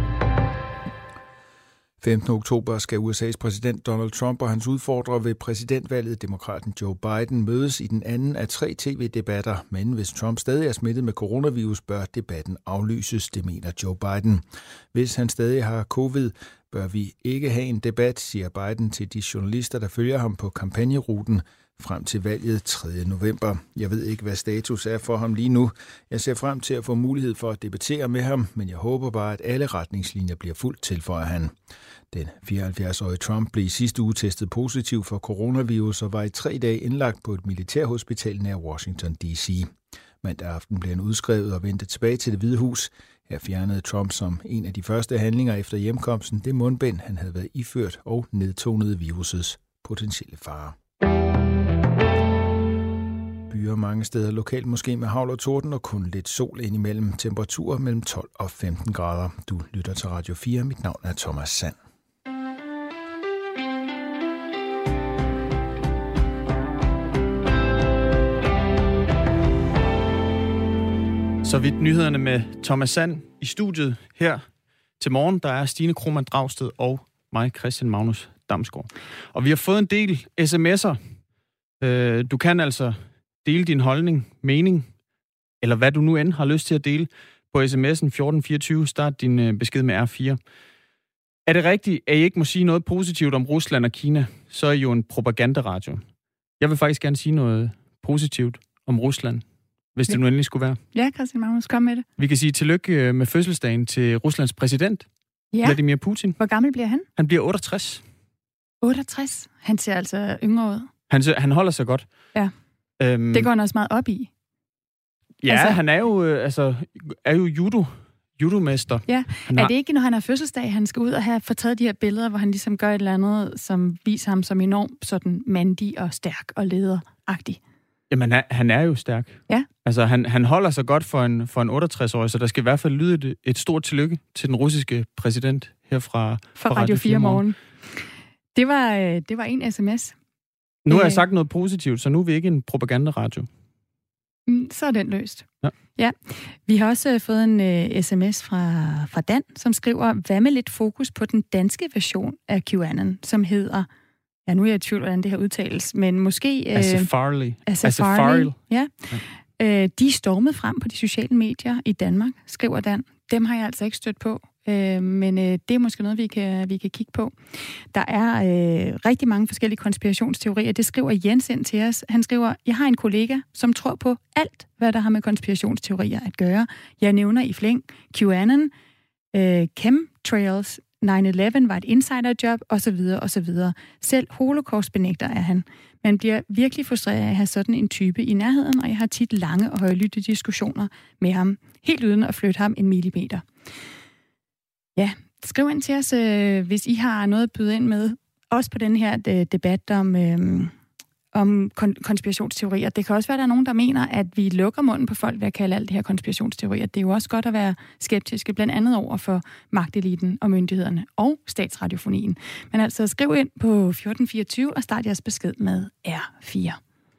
femtende oktober skal U S A's præsident Donald Trump og hans udfordrer ved præsidentvalget, demokraten Joe Biden, mødes i den anden af tre tv-debatter, men hvis Trump stadig er smittet med coronavirus, bør debatten aflyses, det mener Joe Biden. Hvis han stadig har covid, bør vi ikke have en debat, siger Biden til de journalister, der følger ham på kampagneruten frem til valget tredje november. Jeg ved ikke, hvad status er for ham lige nu. Jeg ser frem til at få mulighed for at debattere med ham, men jeg håber bare, at alle retningslinjer bliver fuldt, tilføjer han. Den fireoghalvfjerds-årige Trump blev i sidste uge testet positiv for coronavirus og var i tre dage indlagt på et militærhospital nær Washington D C. Mandag aften blev han udskrevet og vendte tilbage til Det Hvide Hus. Her fjernede Trump som en af de første handlinger efter hjemkomsten det mundbind, han havde været iført, og nedtonede virusets potentielle fare. Byer mange steder lokalt måske med hagl og torden og kun lidt sol indimellem. Temperaturer mellem tolv og femten grader. Du lytter til Radio fire. Mit navn er Thomas Sand. Så vidt nyhederne med Thomas Sand i studiet her til morgen. Der er Stine Krohmann Dragsted og mig, Christian Magnus Damsgaard. Og vi har fået en del sms'er. Du kan altså dele din holdning, mening, eller hvad du nu end har lyst til at dele på sms'en fjorten fireogtyve. Start din besked med R fire. Er det rigtigt, at I ikke må sige noget positivt om Rusland og Kina? Så er I jo en propagandaradio. Jeg vil faktisk gerne sige noget positivt om Rusland, hvis det nu endelig skulle være. Ja, Christian Magnus, kom med det. Vi kan sige tillykke med fødselsdagen til Ruslands præsident, Ja. Vladimir Putin. Hvor gammel bliver han? Han bliver otteogtres. otteogtres. Han ser altså yngre ud. Han, han holder sig godt. Ja. Øhm, Det går han også meget op i. ja, altså- han er jo, øh, altså, er jo judo, judomester. Ja. Han Er har, det ikke, når han har fødselsdag, han skal ud og have fortaget de her billeder, hvor han ligesom gør et eller andet, som viser ham som enormt sådan mandig og stærk og lederagtig? jamen, han, han er jo stærk. Ja. Altså, han, han holder sig godt for en, for en otteogtres-årig, så der skal i hvert fald lyde et, et stort tillykke til den russiske præsident her fra, For Radio fire Morgen. Det var, øh, det var en sms. Nu har jeg Øh. sagt noget positivt, så nu er vi ikke en propagandaradio. Mm, Så er den løst. Ja. ja. Vi har også øh, fået en uh, sms fra, fra Dan, som skriver, hvad med lidt fokus på den danske version af QAnon, som hedder, ja, nu er jeg i tvivl, hvordan det her udtales, men måske... Øh, Asafarli. Asafarli. Ja. ja. Øh, de er stormet frem på de sociale medier i Danmark, skriver Dan. Dem har jeg altså ikke stødt på, øh, men øh, det er måske noget, vi kan, vi kan kigge på. Der er øh, rigtig mange forskellige konspirationsteorier. Det skriver Jens ind til os. Han skriver, jeg har en kollega, som tror på alt, hvad der har med konspirationsteorier at gøre. Jeg nævner i flæng QAnon, øh, chemtrails, nine eleven var et insiderjob, osv., osv. Selv holocaust-benægter er han. Man bliver virkelig frustreret af at have sådan en type i nærheden, og jeg har tit lange og højlytte diskussioner med ham, helt uden at flytte ham en millimeter. Ja, skriv ind til os, øh, hvis I har noget at byde ind med, også på den her de, debat om, øh, om kon- konspirationsteorier. Det kan også være, at der er nogen, der mener, at vi lukker munden på folk ved at kalde alt det her konspirationsteorier. Det er jo også godt at være skeptiske, blandt andet over for magteliten og myndighederne og statsradiofonien. Men altså, skriv ind på fjorten fireogtyve og start jeres besked med R fire.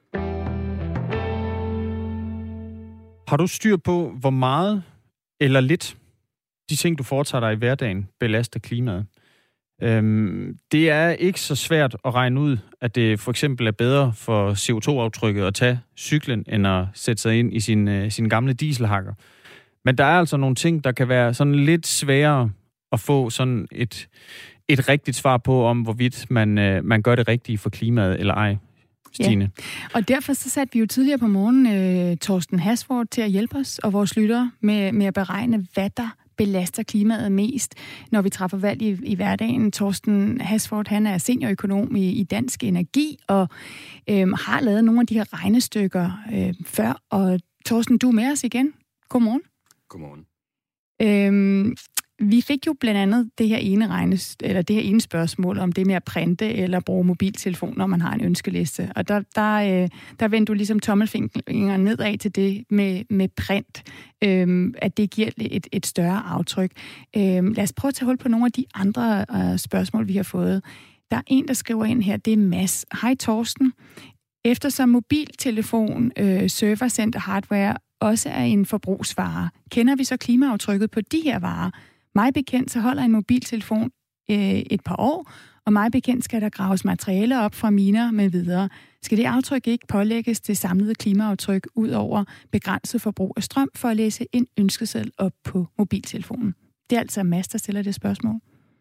Har du styr på, hvor meget eller lidt de ting, du foretager dig i hverdagen, belaster klimaet? Øhm, det er ikke så svært at regne ud, at det for eksempel er bedre for C O to aftrykket at tage cyklen, end at sætte sig ind i sin, øh, sin gamle dieselhakker. Men der er altså nogle ting, der kan være sådan lidt sværere at få sådan et, et rigtigt svar på, om hvorvidt man, øh, man gør det rigtige for klimaet eller ej. Stine. Ja. Og derfor så satte vi jo tidligere på morgen øh, Torsten Hasford til at hjælpe os og vores lyttere med, med at beregne, hvad der belaster klimaet mest, når vi træffer valg i, i hverdagen. Torsten Hasford, han er seniorøkonom i, i Dansk Energi og øh, har lavet nogle af de her regnestykker øh, før. Og Torsten, du er med os igen. Godmorgen. Godmorgen. Øhm, vi fik jo blandt andet det her ene regnes, eller det her ene spørgsmål om det med at printe eller bruge mobiltelefon, når man har en ønskeliste. Og der, der, øh, der vendte du ligesom tommelfingeren nedad til det med, med print, øhm, at det giver et, et større aftryk. Øhm, lad os prøve at tage hul på nogle af de andre øh, spørgsmål, vi har fået. Der er en, der skriver ind her, det er Mads. Hej Torsten. Eftersom mobiltelefon, øh, servercenter hardware også er en forbrugsvare, kender vi så klimaaftrykket på de her varer? Mig bekendt, så holder en mobiltelefon øh, et par år, og mig bekendt skal der graves materialer op fra miner med videre. Skal det aftryk ikke pålægges til samlede klimaaftryk ud over begrænset forbrug af strøm for at læse en ønskeseddel op på mobiltelefonen? Det er altså Mads, der stiller det spørgsmål.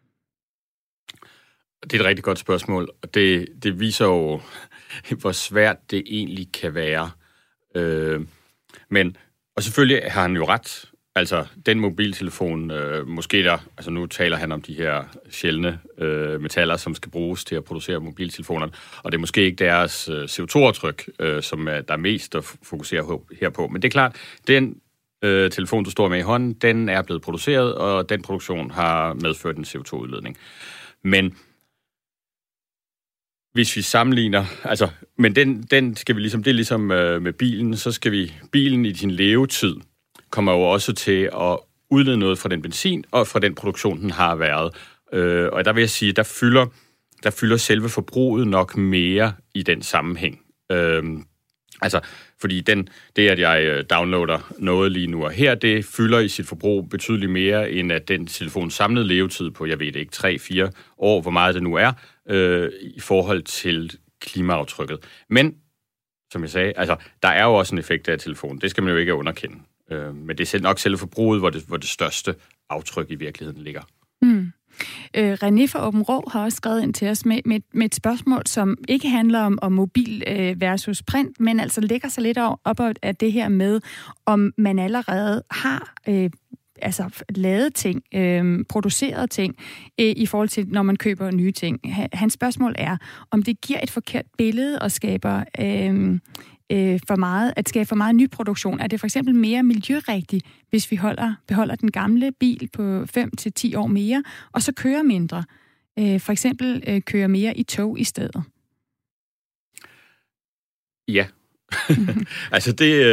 Det er et rigtig godt spørgsmål, og det, det viser jo, hvor svært det egentlig kan være. Øh, men, og selvfølgelig har han jo ret. Altså, den mobiltelefon, øh, måske der, altså nu taler han om de her sjældne øh, metaller, som skal bruges til at producere mobiltelefonerne, og det er måske ikke deres øh, C O to aftryk, øh, som er, der er mest at fokusere herpå. Men det er klart, den øh, telefon, du står med i hånden, den er blevet produceret, og den produktion har medført en C O to udledning. Men hvis vi sammenligner, altså, men den, den skal vi ligesom, det er ligesom øh, med bilen, så skal vi, bilen i sin levetid kommer jo også til at udlede noget fra den benzin og fra den produktion, den har været. Øh, og der vil jeg sige, der fylder, der fylder selve forbruget nok mere i den sammenhæng. Øh, altså, fordi den, det, at jeg downloader noget lige nu og her, det fylder i sit forbrug betydeligt mere, end at den telefons samlede levetid på, jeg ved det ikke, tre fire år, hvor meget det nu er, øh, i forhold til klimaaftrykket. Men, som jeg sagde, altså, der er jo også en effekt af telefonen. Det skal man jo ikke underkende. Men det er nok selve forbruget, hvor det, hvor det største aftryk i virkeligheden ligger. Mm. Øh, René fra Åben Rå har også skrevet ind til os med, med, med et spørgsmål, som ikke handler om, om mobil øh, versus print, men altså lægger sig lidt op af det her med, om man allerede har øh, altså lavet ting, øh, produceret ting, øh, i forhold til, når man køber nye ting. Hans spørgsmål er, om det giver et forkert billede og skaber øh, øh, for meget, at skabe for meget nyproduktion. Er det for eksempel mere miljørigtigt, hvis vi holder, beholder den gamle bil på fem til ti år mere, og så kører mindre? Øh, for eksempel øh, kører mere i tog i stedet? Ja. altså det,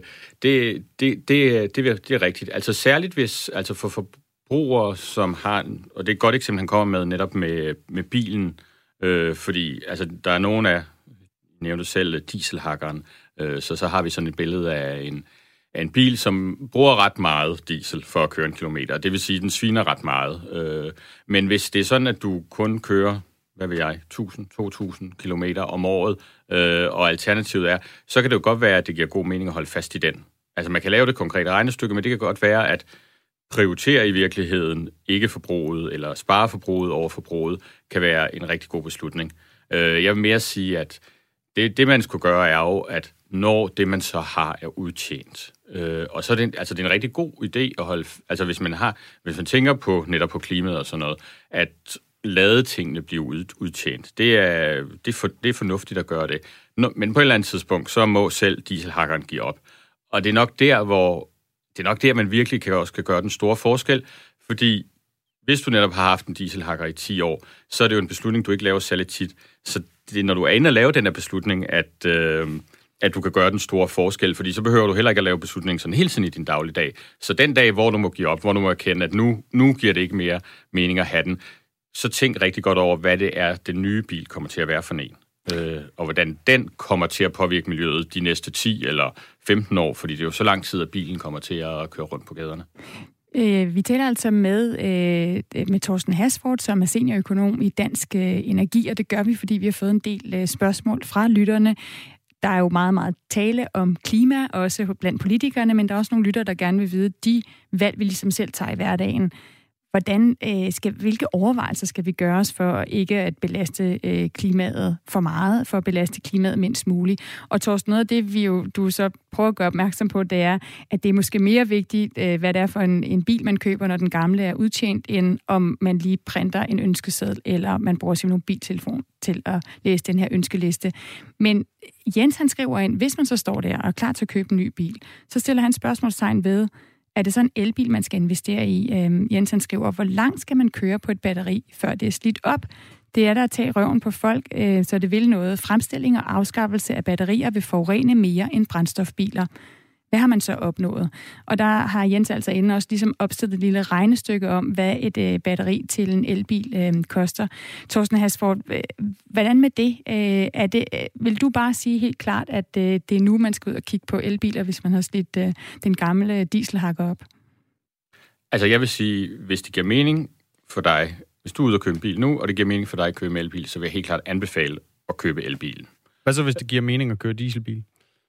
det, det, det, det, det er rigtigt. Altså særligt hvis, altså for forbrugere, som har, og det er et godt eksempel, han kommer med netop med, med bilen, øh, fordi altså, der er nogen af, jeg nævnte selv dieselhakkeren, øh, så så har vi sådan et billede af en, af en bil, som bruger ret meget diesel for at køre en kilometer. Det vil sige, at den sviner ret meget. Øh, men hvis det er sådan, at du kun kører, hvad ved jeg, tusind til to tusind kilometer om året, øh, og alternativet er, så kan det jo godt være, at det giver god mening at holde fast i den. Altså man kan lave det konkrete regnestykke, men det kan godt være, at prioritere i virkeligheden ikke forbruget, eller spare forbruget over forbruget, kan være en rigtig god beslutning. Øh, jeg vil mere sige, at det, det man skulle gøre, er jo, at når det man så har, er udtjent. Øh, og så er det, altså, det er en rigtig god idé at holde, altså hvis man har, hvis man tænker på netop på klimaet og sådan noget, at lade tingene blive ud, udtjent. Det er, det, er for, det er fornuftigt at gøre det. Nå, men på et eller andet tidspunkt, så må selv dieselhakkeren give op. Og det er nok der, hvor det er nok der, man virkelig kan også kan gøre den store forskel, fordi hvis du netop har haft en dieselhakker i ti år, så er det jo en beslutning, du ikke laver særlig tit. Så det er, når du er inde og lave den her beslutning, at, øh, at du kan gøre den store forskel, fordi så behøver du heller ikke at lave beslutningen sådan hele tiden i din dagligdag. Så den dag, hvor du må give op, hvor du må erkende, at nu, nu giver det ikke mere mening at have den, så tænk rigtig godt over, hvad det er, den nye bil kommer til at være for en. Øh, og hvordan den kommer til at påvirke miljøet de næste ti eller femten år, fordi det er jo så lang tid, at bilen kommer til at køre rundt på gaderne. Øh, vi taler altså med, øh, med Thorsten Hasford, som er seniorøkonom i Dansk øh, Energi, og det gør vi, fordi vi har fået en del øh, spørgsmål fra lytterne. Der er jo meget, meget tale om klima, også blandt politikerne, men der er også nogle lyttere, der gerne vil vide, de valg, vi ligesom selv tager i hverdagen. Hvordan øh, skal, hvilke overvejelser skal vi gøre os for ikke at belaste øh, klimaet for meget, for at belaste klimaet mindst muligt? Og Thorsten, noget af det, vi jo, du så prøver at gøre opmærksom på, det er, at det er måske mere vigtigt, øh, hvad det er for en, en bil, man køber, når den gamle er udtjent, end om man lige printer en ønskeseddel, eller man bruger sin mobiltelefon til at læse den her ønskeliste. Men Jens, han skriver ind, hvis man så står der og er klar til at købe en ny bil, så stiller han spørgsmålstegn ved, er det så en elbil, man skal investere i? Øhm, Jensen skriver, hvor langt skal man køre på et batteri, før det er slidt op? Det er der at tage røven på folk, øh, så det vil noget. Fremstilling og afskaffelse af batterier vil forurene mere end brændstofbiler. Hvad har man så opnået? Og der har Jens altså inden også ligesom opstillet et lille regnestykke om, hvad et øh, batteri til en elbil øh, koster. Thorsten Hasford, øh, hvordan med det? Øh, er det øh, vil du bare sige helt klart, at øh, det er nu, man skal ud og kigge på elbiler, hvis man har slidt øh, den gamle dieselhakker op? Altså jeg vil sige, hvis det giver mening for dig, hvis du er ude og købe en bil nu, og det giver mening for dig at købe en elbil, så vil jeg helt klart anbefale at købe elbilen. Hvad så, hvis det giver mening at køre dieselbil?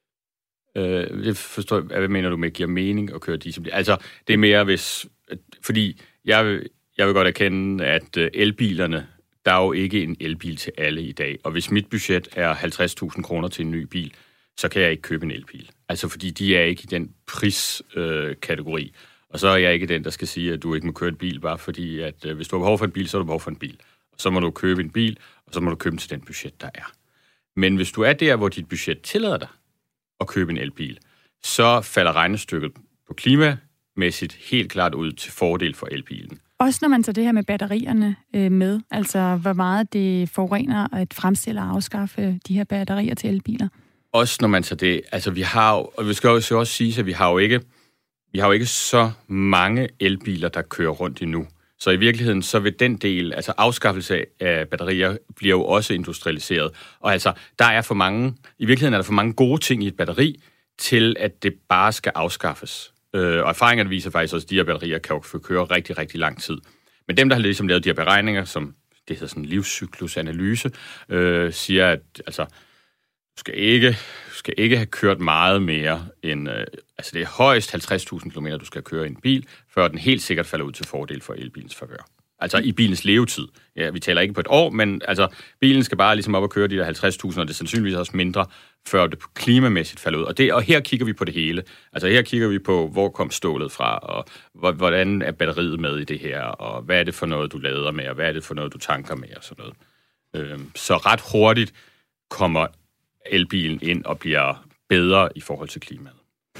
Øh, jeg forstår, hvad mener du med, giver mening at køre dieselbil? Altså, det er mere hvis... Fordi jeg vil, jeg vil godt erkende, at elbilerne, der er jo ikke en elbil til alle i dag. Og hvis mit budget er halvtreds tusind kroner til en ny bil, så kan jeg ikke købe en elbil. Altså, fordi de er ikke i den priskategori. Øh, og så er jeg ikke den, der skal sige, at du ikke må køre en bil, bare fordi, at øh, hvis du har behov for en bil, så har du behov for en bil. Og så må du købe en bil, og så må du købe den til den budget, der er. Men hvis du er der, hvor dit budget tillader dig at købe en elbil, så falder regnestykket på klimamæssigt helt klart ud til fordel for elbilen. Også når man tager det her med batterierne øh, med, altså hvor meget det forurener at fremstille og afskaffe de her batterier til elbiler. Også når man tager det, altså vi har jo, og vi skal også, også sige, at vi har jo ikke, vi har jo ikke så mange elbiler, der kører rundt endnu. Så i virkeligheden, så vil den del, altså afskaffelse af batterier, bliver jo også industrialiseret. Og altså, der er for mange, i virkeligheden er der for mange gode ting i et batteri, til at det bare skal afskaffes. Øh, og erfaringerne viser faktisk også, at de her batterier kan jo køre rigtig, rigtig lang tid. Men dem, der har ligesom lavet de her beregninger, som det hedder sådan en livscyklusanalyse, øh, siger, at altså, du skal ikke, du skal ikke have kørt meget mere end, øh, altså det er højst halvtreds tusind kilometer, du skal køre i en bil, før den helt sikkert falder ud til fordel for elbilens favør. Altså i bilens levetid. Ja, vi taler ikke på et år, men altså bilen skal bare ligesom op og køre de der halvtreds tusind, og det er sandsynligvis også mindre, før det klimamæssigt falder ud. Og, det, og her kigger vi på det hele. Altså her kigger vi på, hvor kom stålet fra, og hvordan er batteriet med i det her, og hvad er det for noget, du lader med, og hvad er det for noget, du tanker med, og sådan noget. Øhm, så ret hurtigt kommer elbilen ind og bliver bedre i forhold til klimaet.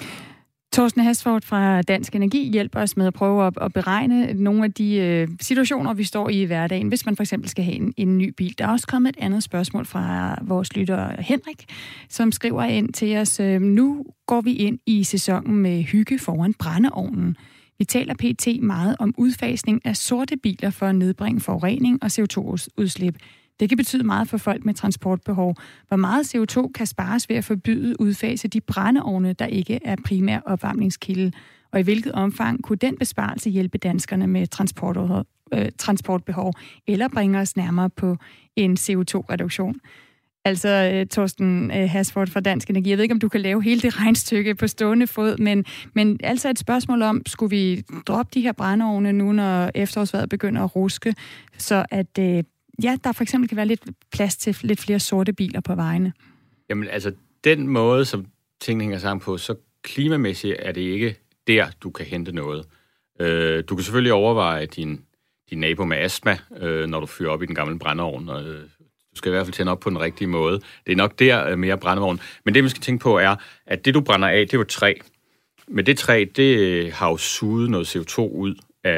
Torsten Hasford fra Dansk Energi hjælper os med at prøve at, at beregne nogle af de øh, situationer, vi står i i hverdagen, hvis man for eksempel skal have en, en ny bil. Der er også kommet et andet spørgsmål fra vores lytter Henrik, som skriver ind til os, øh, nu går vi ind i sæsonen med hygge foran brændeovnen. Vi taler pt. Meget om udfasning af sorte biler for at nedbringe forurening og C O to udslip. Det kan betyde meget for folk med transportbehov. Hvor meget C O to kan spares ved at forbyde udfase de brændeovne, der ikke er primær opvarmningskilde? Og i hvilket omfang kunne den besparelse hjælpe danskerne med transport, øh, transportbehov, eller bringe os nærmere på en C O to reduktion? Altså, øh, Torsten øh, Hasford fra Dansk Energi, jeg ved ikke, om du kan lave hele det regnstykke på stående fod, men, men altså et spørgsmål om, skulle vi droppe de her brændeovne nu, når efterårsvejret begynder at ruske, så at øh, ja, der for eksempel kan være lidt plads til lidt flere sorte biler på vejene? Jamen altså, den måde, som tingene hænger sammen på, så klimamæssigt er det ikke der, du kan hente noget. Øh, du kan selvfølgelig overveje din, din nabo med astma, øh, når du fyrer op i den gamle brændeovn, og øh, du skal i hvert fald tænde op på den rigtige måde. Det er nok der øh, mere brændeovn. Men det, man skal tænke på, er, at det, du brænder af, det er jo træ. Men det træ, det har jo suget noget C O to ud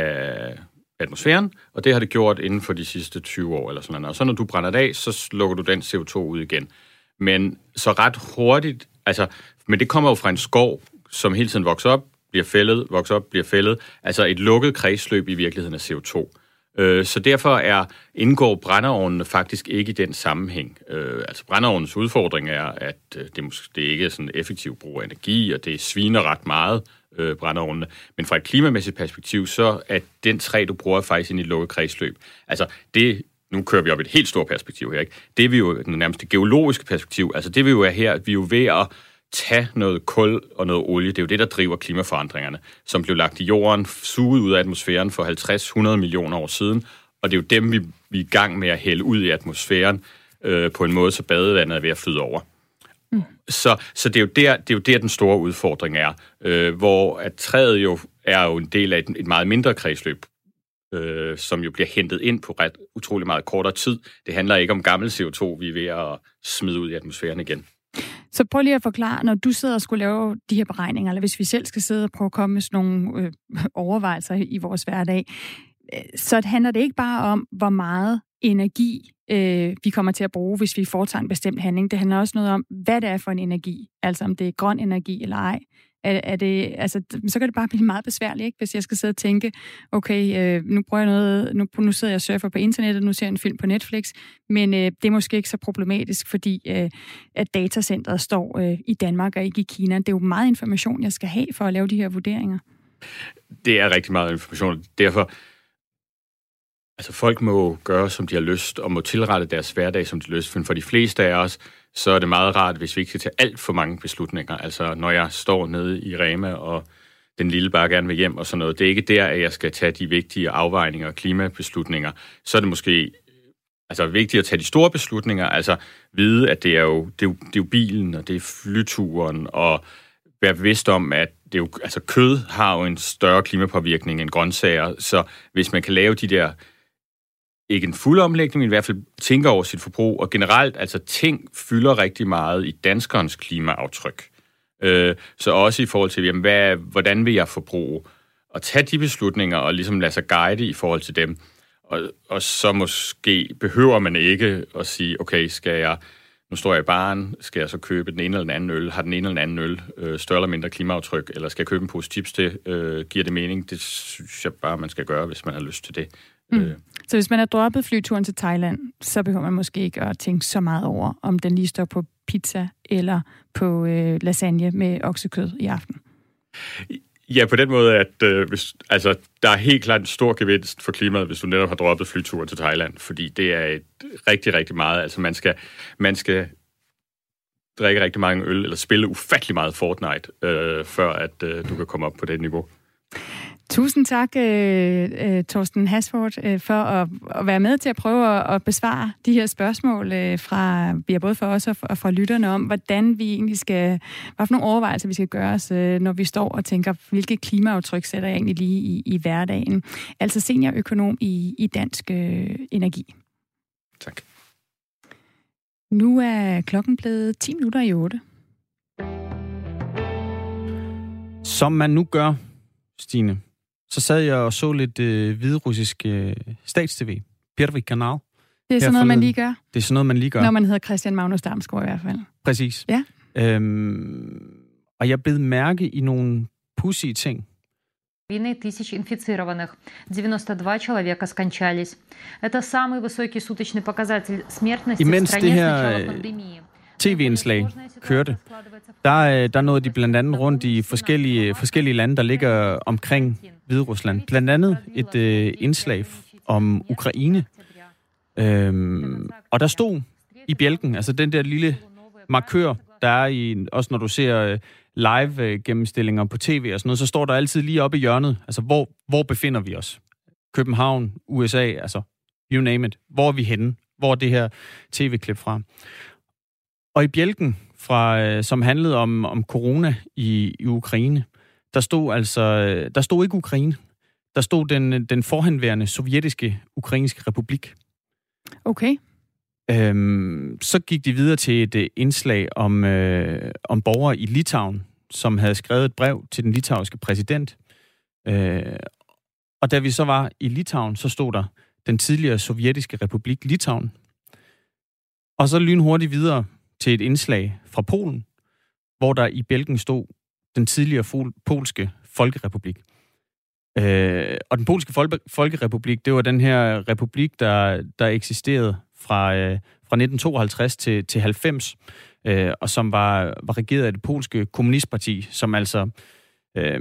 af atmosfæren, og det har det gjort inden for de sidste tyve år eller sådan noget. Og så når du brænder det af, så slukker du den C O to ud igen. Men så ret hurtigt, altså, men det kommer jo fra en skov, som hele tiden vokser op, bliver fældet, vokser op, bliver fældet. Altså et lukket kredsløb i virkeligheden af C O to. Øh, så derfor er, indgår brændeovnene faktisk ikke i den sammenhæng. Øh, altså brændeovnens udfordring er, at øh, det, måske, det ikke er sådan effektiv brug af energi, og det sviner ret meget, øh, brændeovnene. Men fra et klimamæssigt perspektiv, så er den træ, du bruger, faktisk ind i et lukket kredsløb. Altså det, nu kører vi op i et helt stort perspektiv her, ikke? Det er vi jo nærmest det geologiske perspektiv. Altså det vi jo er her, at vi er jo ved at tage noget kul og noget olie. Det er jo det, der driver klimaforandringerne, som blev lagt i jorden, suget ud af atmosfæren for halvtreds til hundrede millioner år siden. Og det er jo dem, vi, vi er i gang med at hælde ud i atmosfæren øh, på en måde, så badevandet er ved at flyde over. Mm. Så, så det, er jo der, det er jo der, den store udfordring er, øh, hvor at træet jo er jo en del af et, et meget mindre kredsløb, øh, som jo bliver hentet ind på ret utrolig meget kortere tid. Det handler ikke om gammel C O to, vi er ved at smide ud i atmosfæren igen. Så prøv lige at forklare, når du sidder og skulle lave de her beregninger, eller hvis vi selv skal sidde og prøve at komme med sådan nogle øh, overvejelser i vores hverdag, så handler det ikke bare om, hvor meget energi øh, vi kommer til at bruge, hvis vi foretager en bestemt handling. Det handler også noget om, hvad det er for en energi. Altså om det er grøn energi eller ej. Er, er det, altså, så kan det bare blive meget besværligt, ikke? Hvis jeg skal sidde og tænke, okay, øh, nu prøver jeg noget, nu, nu sidder jeg og surfer på internettet, nu ser jeg en film på Netflix, men øh, det er måske ikke så problematisk, fordi øh, at datacentret står øh, i Danmark og ikke i Kina. Det er jo meget information, jeg skal have for at lave de her vurderinger. Det er rigtig meget information. Derfor, altså folk må gøre, som de har lyst, og må tilrette deres hverdag, som de har lyst. Men for de fleste af os, så er det meget rart, hvis vi ikke skal tage alt for mange beslutninger. Altså, når jeg står nede i Rema, og den lille bare gerne vil hjem og sådan noget, det er ikke der, at jeg skal tage de vigtige afvejninger og klimabeslutninger. Så er det måske altså, vigtigt at tage de store beslutninger, altså vide, at det er jo, det er jo, det er jo bilen, og det er flyturen, og være bevidst om, at det er jo, altså, kød har jo en større klimapåvirkning end grøntsager, så hvis man kan lave de der ikke en fuld omlægning, men i hvert fald tænker over sit forbrug, og generelt, altså ting fylder rigtig meget i danskernes klimaaftryk. Øh, så også i forhold til, jamen, hvad, hvordan vil jeg forbruge? Og tage de beslutninger, og ligesom lade sig guide i forhold til dem. Og, og så måske behøver man ikke at sige, okay, skal jeg, nu står jeg i baren, skal jeg så købe den ene eller den anden øl? Har den ene eller den anden øl øh, større eller mindre klimaaftryk? Eller skal jeg købe en pose chips til? Øh, giver det mening? Det synes jeg bare, man skal gøre, hvis man har lyst til det. Mm. Så hvis man har droppet flyturen til Thailand, så behøver man måske ikke at tænke så meget over, om den lige står på pizza eller på øh, lasagne med oksekød i aften. Ja, på den måde, at øh, hvis, altså, der er helt klart en stor gevinst for klimaet, hvis du netop har droppet flyturen til Thailand, fordi det er et rigtig, rigtig meget. Altså man skal, man skal drikke rigtig mange øl, eller spille ufattelig meget Fortnite, øh, før at øh, du kan komme op på det niveau. Tusind tak, øh, øh, Torsten Hasford, øh, for at, at være med til at prøve at, at besvare de her spørgsmål øh, fra, ja, både for os og fra, og fra lytterne om, hvordan vi egentlig skal, hvad for nogle overvejelser vi skal gøre os, øh, når vi står og tænker, hvilke klimaaftryk sætter jeg egentlig lige i, i hverdagen. Altså seniorøkonom i, i Dansk øh, Energi. Tak. Nu er klokken blevet ti minutter i otte. Som man nu gør, Stine, så sad jeg og så lidt øh, hviderussisk øh, stats-tv. Первый kanal. Det er sådan noget, man lige gør. Det er sådan noget, man lige gør. Når man hedder Christian Magnus Damsgaard i hvert fald. Præcis. Ja. Øhm, og jeg bed mærke i nogle pudsige ting. тысяч инфицированных. девяносто два человека скончались. Это самый высокий суточный показатель смертности в стране с начала пандемии. tv-indslag kørte, der, der nåede de blandt andet rundt i forskellige, forskellige lande, der ligger omkring Hviderusland. Blandt andet et øh, indslag om Ukraine. Øhm, og der stod i bjælken, altså den der lille markør, der er i, også når du ser øh, live øh, gennemstillinger på tv og sådan noget, så står der altid lige oppe i hjørnet, altså hvor, hvor befinder vi os? København, U S A, altså you name it. Hvor er vi henne? Hvor er det her tv-klip fra? Og i bjælken, fra, øh, som handlede om, om corona i, i Ukraine, der stod altså, øh, der stod ikke Ukraine. Der stod den, den forhenværende sovjetiske ukrainske republik. Okay. Øhm, så gik de videre til et øh, indslag om, øh, om borgere i Litauen, som havde skrevet et brev til den litauiske præsident. Øh, og da vi så var i Litauen, så stod der den tidligere sovjetiske republik Litauen. Og så lynhurtigt videre til et indslag fra Polen, hvor der i bjælken stod den tidligere fol- polske folkerepublik. Øh, og den polske fol- folkerepublik, det var den her republik, der, der eksisterede fra, øh, fra nitten tooghalvtreds til, til halvfems, øh, og som var, var regeret af det polske kommunistparti, som altså, øh,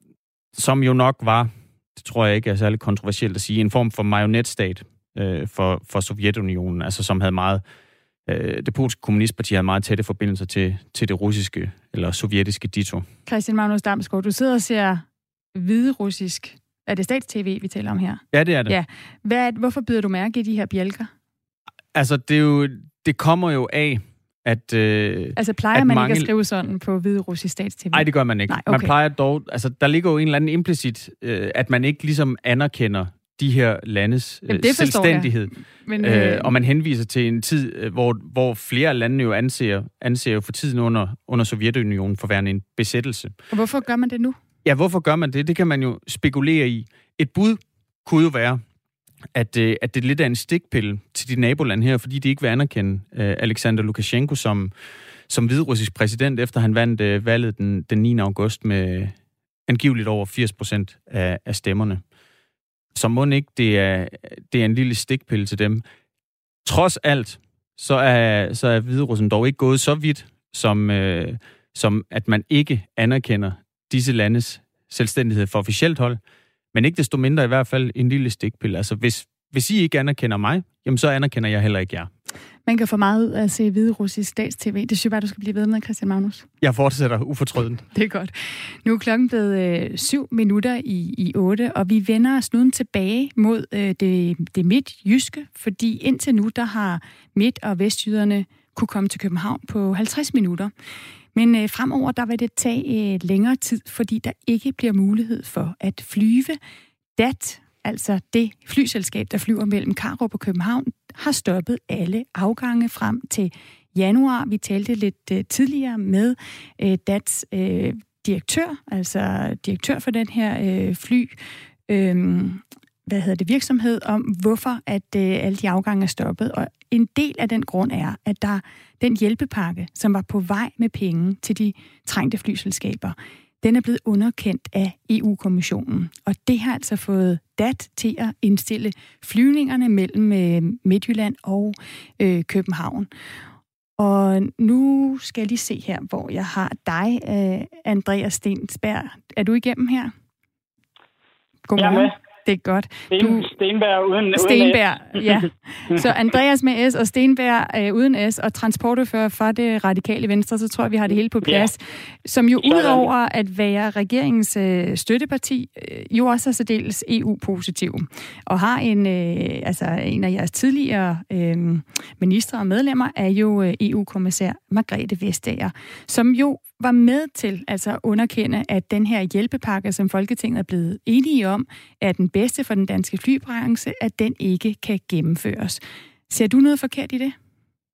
som jo nok var, det tror jeg ikke er særlig kontroversielt at sige, en form for marionetstat øh, for, for Sovjetunionen, altså som havde meget, øh, det polske kommunistparti havde meget tætte forbindelser til, til det russiske eller sovjetiske ditto. Christian Magnus Damsgaard, du sidder og ser hviderussisk. Er det stats-tv, vi taler om her? Ja, det er det. Ja. Hvad, hvorfor bider du mærke i de her bjælker? Altså, det, er jo, det kommer jo af, at øh, Altså, plejer at man mange... ikke at skrive sådan på hviderussisk stats-tv? Nej, det gør man ikke. Nej, okay. Man plejer dog... Altså, der ligger jo en eller anden implicit, øh, at man ikke ligesom anerkender de her landes øh, Jamen, selvstændighed. Men, øh, øh... og man henviser til en tid, øh, hvor, hvor flere lande jo anser, anser jo for tiden under, under Sovjetunionen for værende en besættelse. Og hvorfor gør man det nu? Ja, hvorfor gør man det? Det kan man jo spekulere i. Et bud kunne jo være, at, øh, at det lidt er en stikpille til de nabolande her, fordi de ikke vil anerkende øh, Alexander Lukashenko som, som hviderussisk præsident, efter han vandt øh, valget den, den niende august med angiveligt over firs procent af, af stemmerne. Så må ikke det er, det er en lille stikpille til dem. Trods alt, så er, så er Hviderusland dog ikke gået så vidt, som, øh, som at man ikke anerkender disse landes selvstændighed for officielt hold, men ikke desto mindre i hvert fald en lille stikpille. Altså, hvis, hvis I ikke anerkender mig, jamen så anerkender jeg heller ikke jer. Man kan få meget ud af at se hviderussisk stats-tv. Det synes jeg bare, du skal blive ved med, Christian Magnus. Jeg fortsætter ufortrødent. Det er godt. Nu er klokken blevet øh, syv minutter i, i otte, og vi vender os nu tilbage mod øh, det, det midtjyske, fordi indtil nu, der har midt- og vestjyderne kunne komme til København på halvtreds minutter. Men øh, fremover, der vil det tage øh, længere tid, fordi der ikke bliver mulighed for at flyve. D A T, altså det flyselskab, der flyver mellem Karup og København, har stoppet alle afgange frem til januar. Vi talte lidt øh, tidligere med øh, D A T's øh, direktør, altså direktør for den her øh, fly, øh, hvad hedder det, virksomhed, om hvorfor at øh, alle de afgange er stoppet. Og en del af den grund er, at der den hjælpepakke, som var på vej med penge til de trængte flyselskaber, den er blevet underkendt af E U-kommissionen. Og det har altså fået D A T til at indstille flyvningerne mellem øh, Midtjylland og øh, København. Og nu skal jeg lige se her, hvor jeg har dig, øh, Andreas Stensberg. Er du igennem her? Godmorgen. Det er godt. Du... Stenberg uden, Stenberg, uden ja. Så Andreas med S og Stenberg øh, uden S og transportordfører for det radikale Venstre, så tror jeg, vi har det hele på plads. Ja. Som jo udover at være regeringens øh, støtteparti, øh, jo også er særdeles E U-positiv. Og har en, øh, altså en af jeres tidligere øh, ministre og medlemmer, er jo øh, E U-kommissær Margrethe Vestager, som jo var med til altså at underkende, at den her hjælpepakke, som Folketinget er blevet enige om, er den bedste for den danske flybranche, at den ikke kan gennemføres. Ser du noget forkert i det?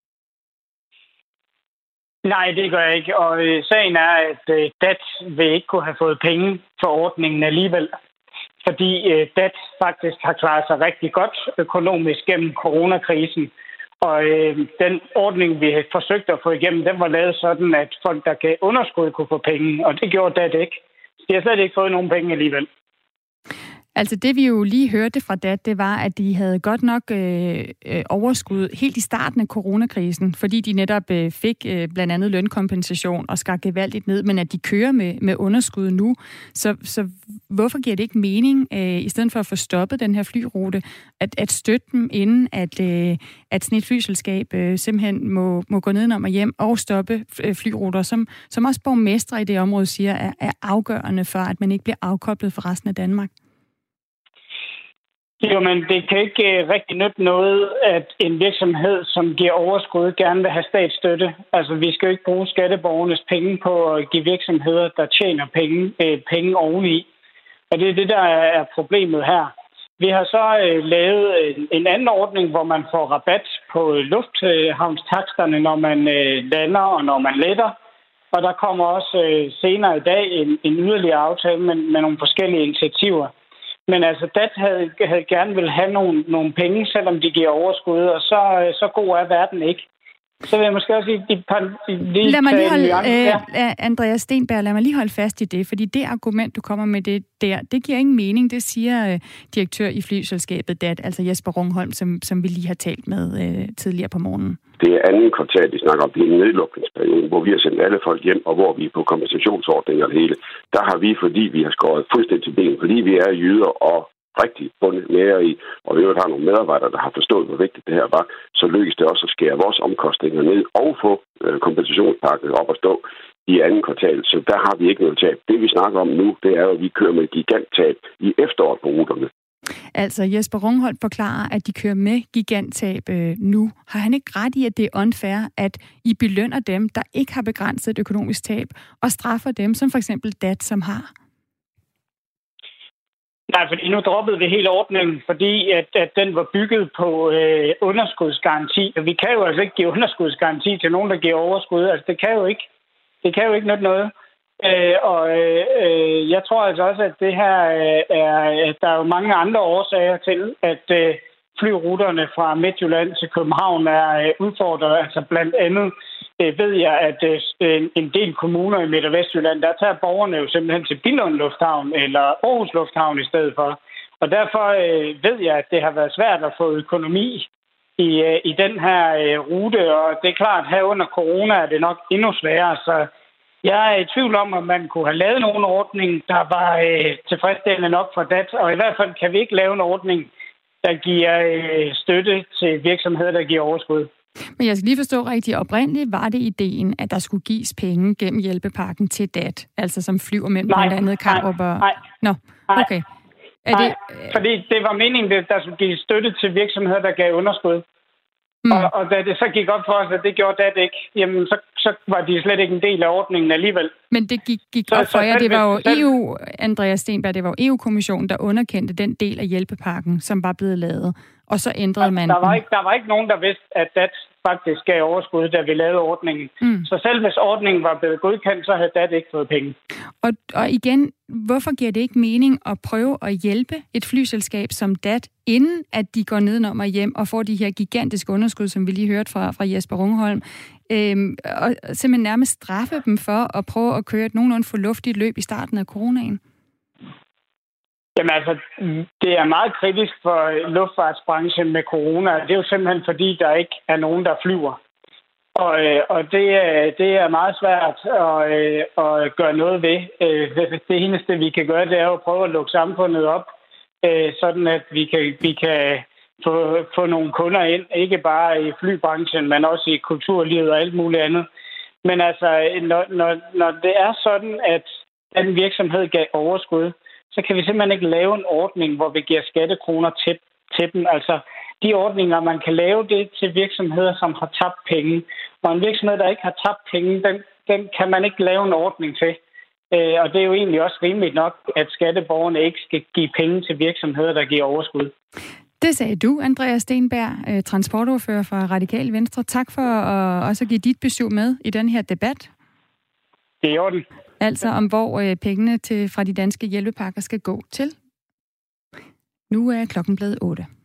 Nej, det gør jeg ikke. Og øh, sagen er, at øh, D A T vil ikke kunne have fået penge for ordningen alligevel. Fordi øh, D A T faktisk har klaret sig rigtig godt økonomisk gennem coronakrisen. Og øh, den ordning, vi har forsøgt at få igennem, den var lavet sådan, at folk, der gav underskud, kunne få penge. Og det gjorde D A T ikke. De har slet ikke fået nogen penge alligevel. Altså det, vi jo lige hørte fra D A T, det var, at de havde godt nok øh, øh, overskud helt i starten af coronakrisen, fordi de netop øh, fik øh, blandt andet lønkompensation og skar gevaldigt ned, men at de kører med, med underskud nu. Så, så hvorfor giver det ikke mening, øh, i stedet for at få stoppet den her flyrute, at, at støtte dem, inden at, øh, at sådan et flyselskab øh, simpelthen må, må gå nedenom og hjem og stoppe flyruter, som, som også borgmestre i det område siger, er, er afgørende for, at man ikke bliver afkoblet fra resten af Danmark? Jo, men det kan ikke uh, rigtig nytte noget, at en virksomhed, som giver overskud, gerne vil have statsstøtte. Altså, vi skal jo ikke bruge skatteborgernes penge på at give virksomheder, der tjener penge, uh, penge oveni. Og det er det, der er problemet her. Vi har så uh, lavet en, en anden ordning, hvor man får rabat på lufthavnstaksterne, når man uh, lander og når man letter. Og der kommer også uh, senere i dag en, en yderligere aftale med, med nogle forskellige initiativer. Men altså, D A T havde, havde gerne vil have nogle, nogle penge, selvom de giver overskud, og så, så god er verden ikke. Så vil jeg måske også sige... De, de, lad mig lige holde, øh, Andreas Stenberg, lad mig lige holde fast i det, fordi det argument, du kommer med det der, det giver ingen mening. Det siger øh, direktør i flyselskabet D A T, altså Jesper Rungholm, som, som vi lige har talt med øh, tidligere på morgenen. Det er anden kvartal, vi snakker om. Det er en nedlukningsperiode, hvor vi har sendt alle folk hjem, og hvor vi er på kompensationsordninger og det hele. Der har vi, fordi vi har skåret fuldstændig til ben, fordi vi er jyder og rigtig bundet mere i, og vi har nogle medarbejdere, der har forstået, hvor vigtigt det her var, så lykkes det også at skære vores omkostninger ned og få øh, kompensationspakken op at stå i anden kvartal. Så der har vi ikke noget tab. Det vi snakker om nu, det er jo, at vi kører med giganttab i efteråret på ruterne. Altså Jesper Rungholm forklarer, at de kører med giganttab øh, nu. Har han ikke ret i, at det er unfair, at I belønner dem, der ikke har begrænset et økonomisk tab, og straffer dem, som for eksempel D A T, som har? Nej, fordi nu droppede vi hele ordningen, fordi at, at den var bygget på øh, underskudsgaranti. Og vi kan jo altså ikke give underskudsgaranti til nogen, der giver overskud. Altså det kan jo ikke, det kan jo ikke nytte noget. Øh, og øh, jeg tror altså også, at det her øh, er, at der er jo mange andre årsager til, at øh, flyruterne fra Midtjylland til København er øh, udfordret. Altså blandt andet øh, ved jeg, at øh, en del kommuner i Midt- og Vestjylland, der tager borgerne jo simpelthen til Billund Lufthavn eller Aarhus Lufthavn i stedet for. Og derfor øh, ved jeg, at det har været svært at få økonomi i, øh, i den her øh, rute. Og det er klart, at her under corona er det nok endnu sværere, så jeg er i tvivl om, at man kunne have lavet nogen ordning, der var øh, tilfredsstillende nok for D A T, og i hvert fald kan vi ikke lave en ordning, der giver øh, støtte til virksomheder, der giver overskud. Men jeg skal lige forstå rigtigt, oprindeligt var det ideen, at der skulle gives penge gennem hjælpepakken til D A T, altså som flyver mellem blandt andet Karup og... Nej, Nå, okay. Er nej, det... fordi det var meningen, at der skulle gives støtte til virksomheder, der gav underskud. Mm. Og, og da det så gik op for os, at det gjorde D A T ikke, jamen så, så var de slet ikke en del af ordningen alligevel. Men det gik, gik så, op for jer, det var jo E U, Andreas Stenberg, det var jo E U-kommissionen, der underkendte den del af hjælpepakken, som var blevet lavet, og så ændrede der, man der var, ikke, der var ikke nogen, der vidste, at D A T faktisk gav overskud, da vi lavede ordningen. Mm. Så selv hvis ordningen var blevet godkendt, så havde D A T ikke fået penge. Og, og igen, hvorfor giver det ikke mening at prøve at hjælpe et flyselskab som D A T, inden at de går nedenom og hjem og får de her gigantiske underskud, som vi lige hørte fra, fra Jesper Rungholm, øhm, og simpelthen nærmest straffe dem for at prøve at køre et nogenlunde fornuftigt løb i starten af coronaen? Jamen altså, det er meget kritisk for luftfartsbranchen med corona. Det er jo simpelthen fordi, der ikke er nogen, der flyver. Og, og det, det er meget svært at, at gøre noget ved. Det eneste, vi kan gøre, det er at prøve at lukke samfundet op. øh, sådan at vi kan, vi kan få, få nogle kunder ind, ikke bare i flybranchen, men også i kulturlivet og alt muligt andet. Men altså, når, når, når det er sådan, at den virksomhed gav overskud, så kan vi simpelthen ikke lave en ordning, hvor vi giver skattekroner til, til dem. Altså, de ordninger, man kan lave det til virksomheder, som har tabt penge. Og en virksomhed, der ikke har tabt penge, den, den kan man ikke lave en ordning til. Øh, og det er jo egentlig også rimeligt nok, at skatteborgerne ikke skal give penge til virksomheder, der giver overskud. Det sagde du, Andreas Steenberg, transportordfører for Radikale Venstre. Tak for at også give dit besøg med i den her debat. Det er i orden. Altså om hvor pengene til, fra de danske hjælpepakker skal gå til. Nu er klokken blevet otte.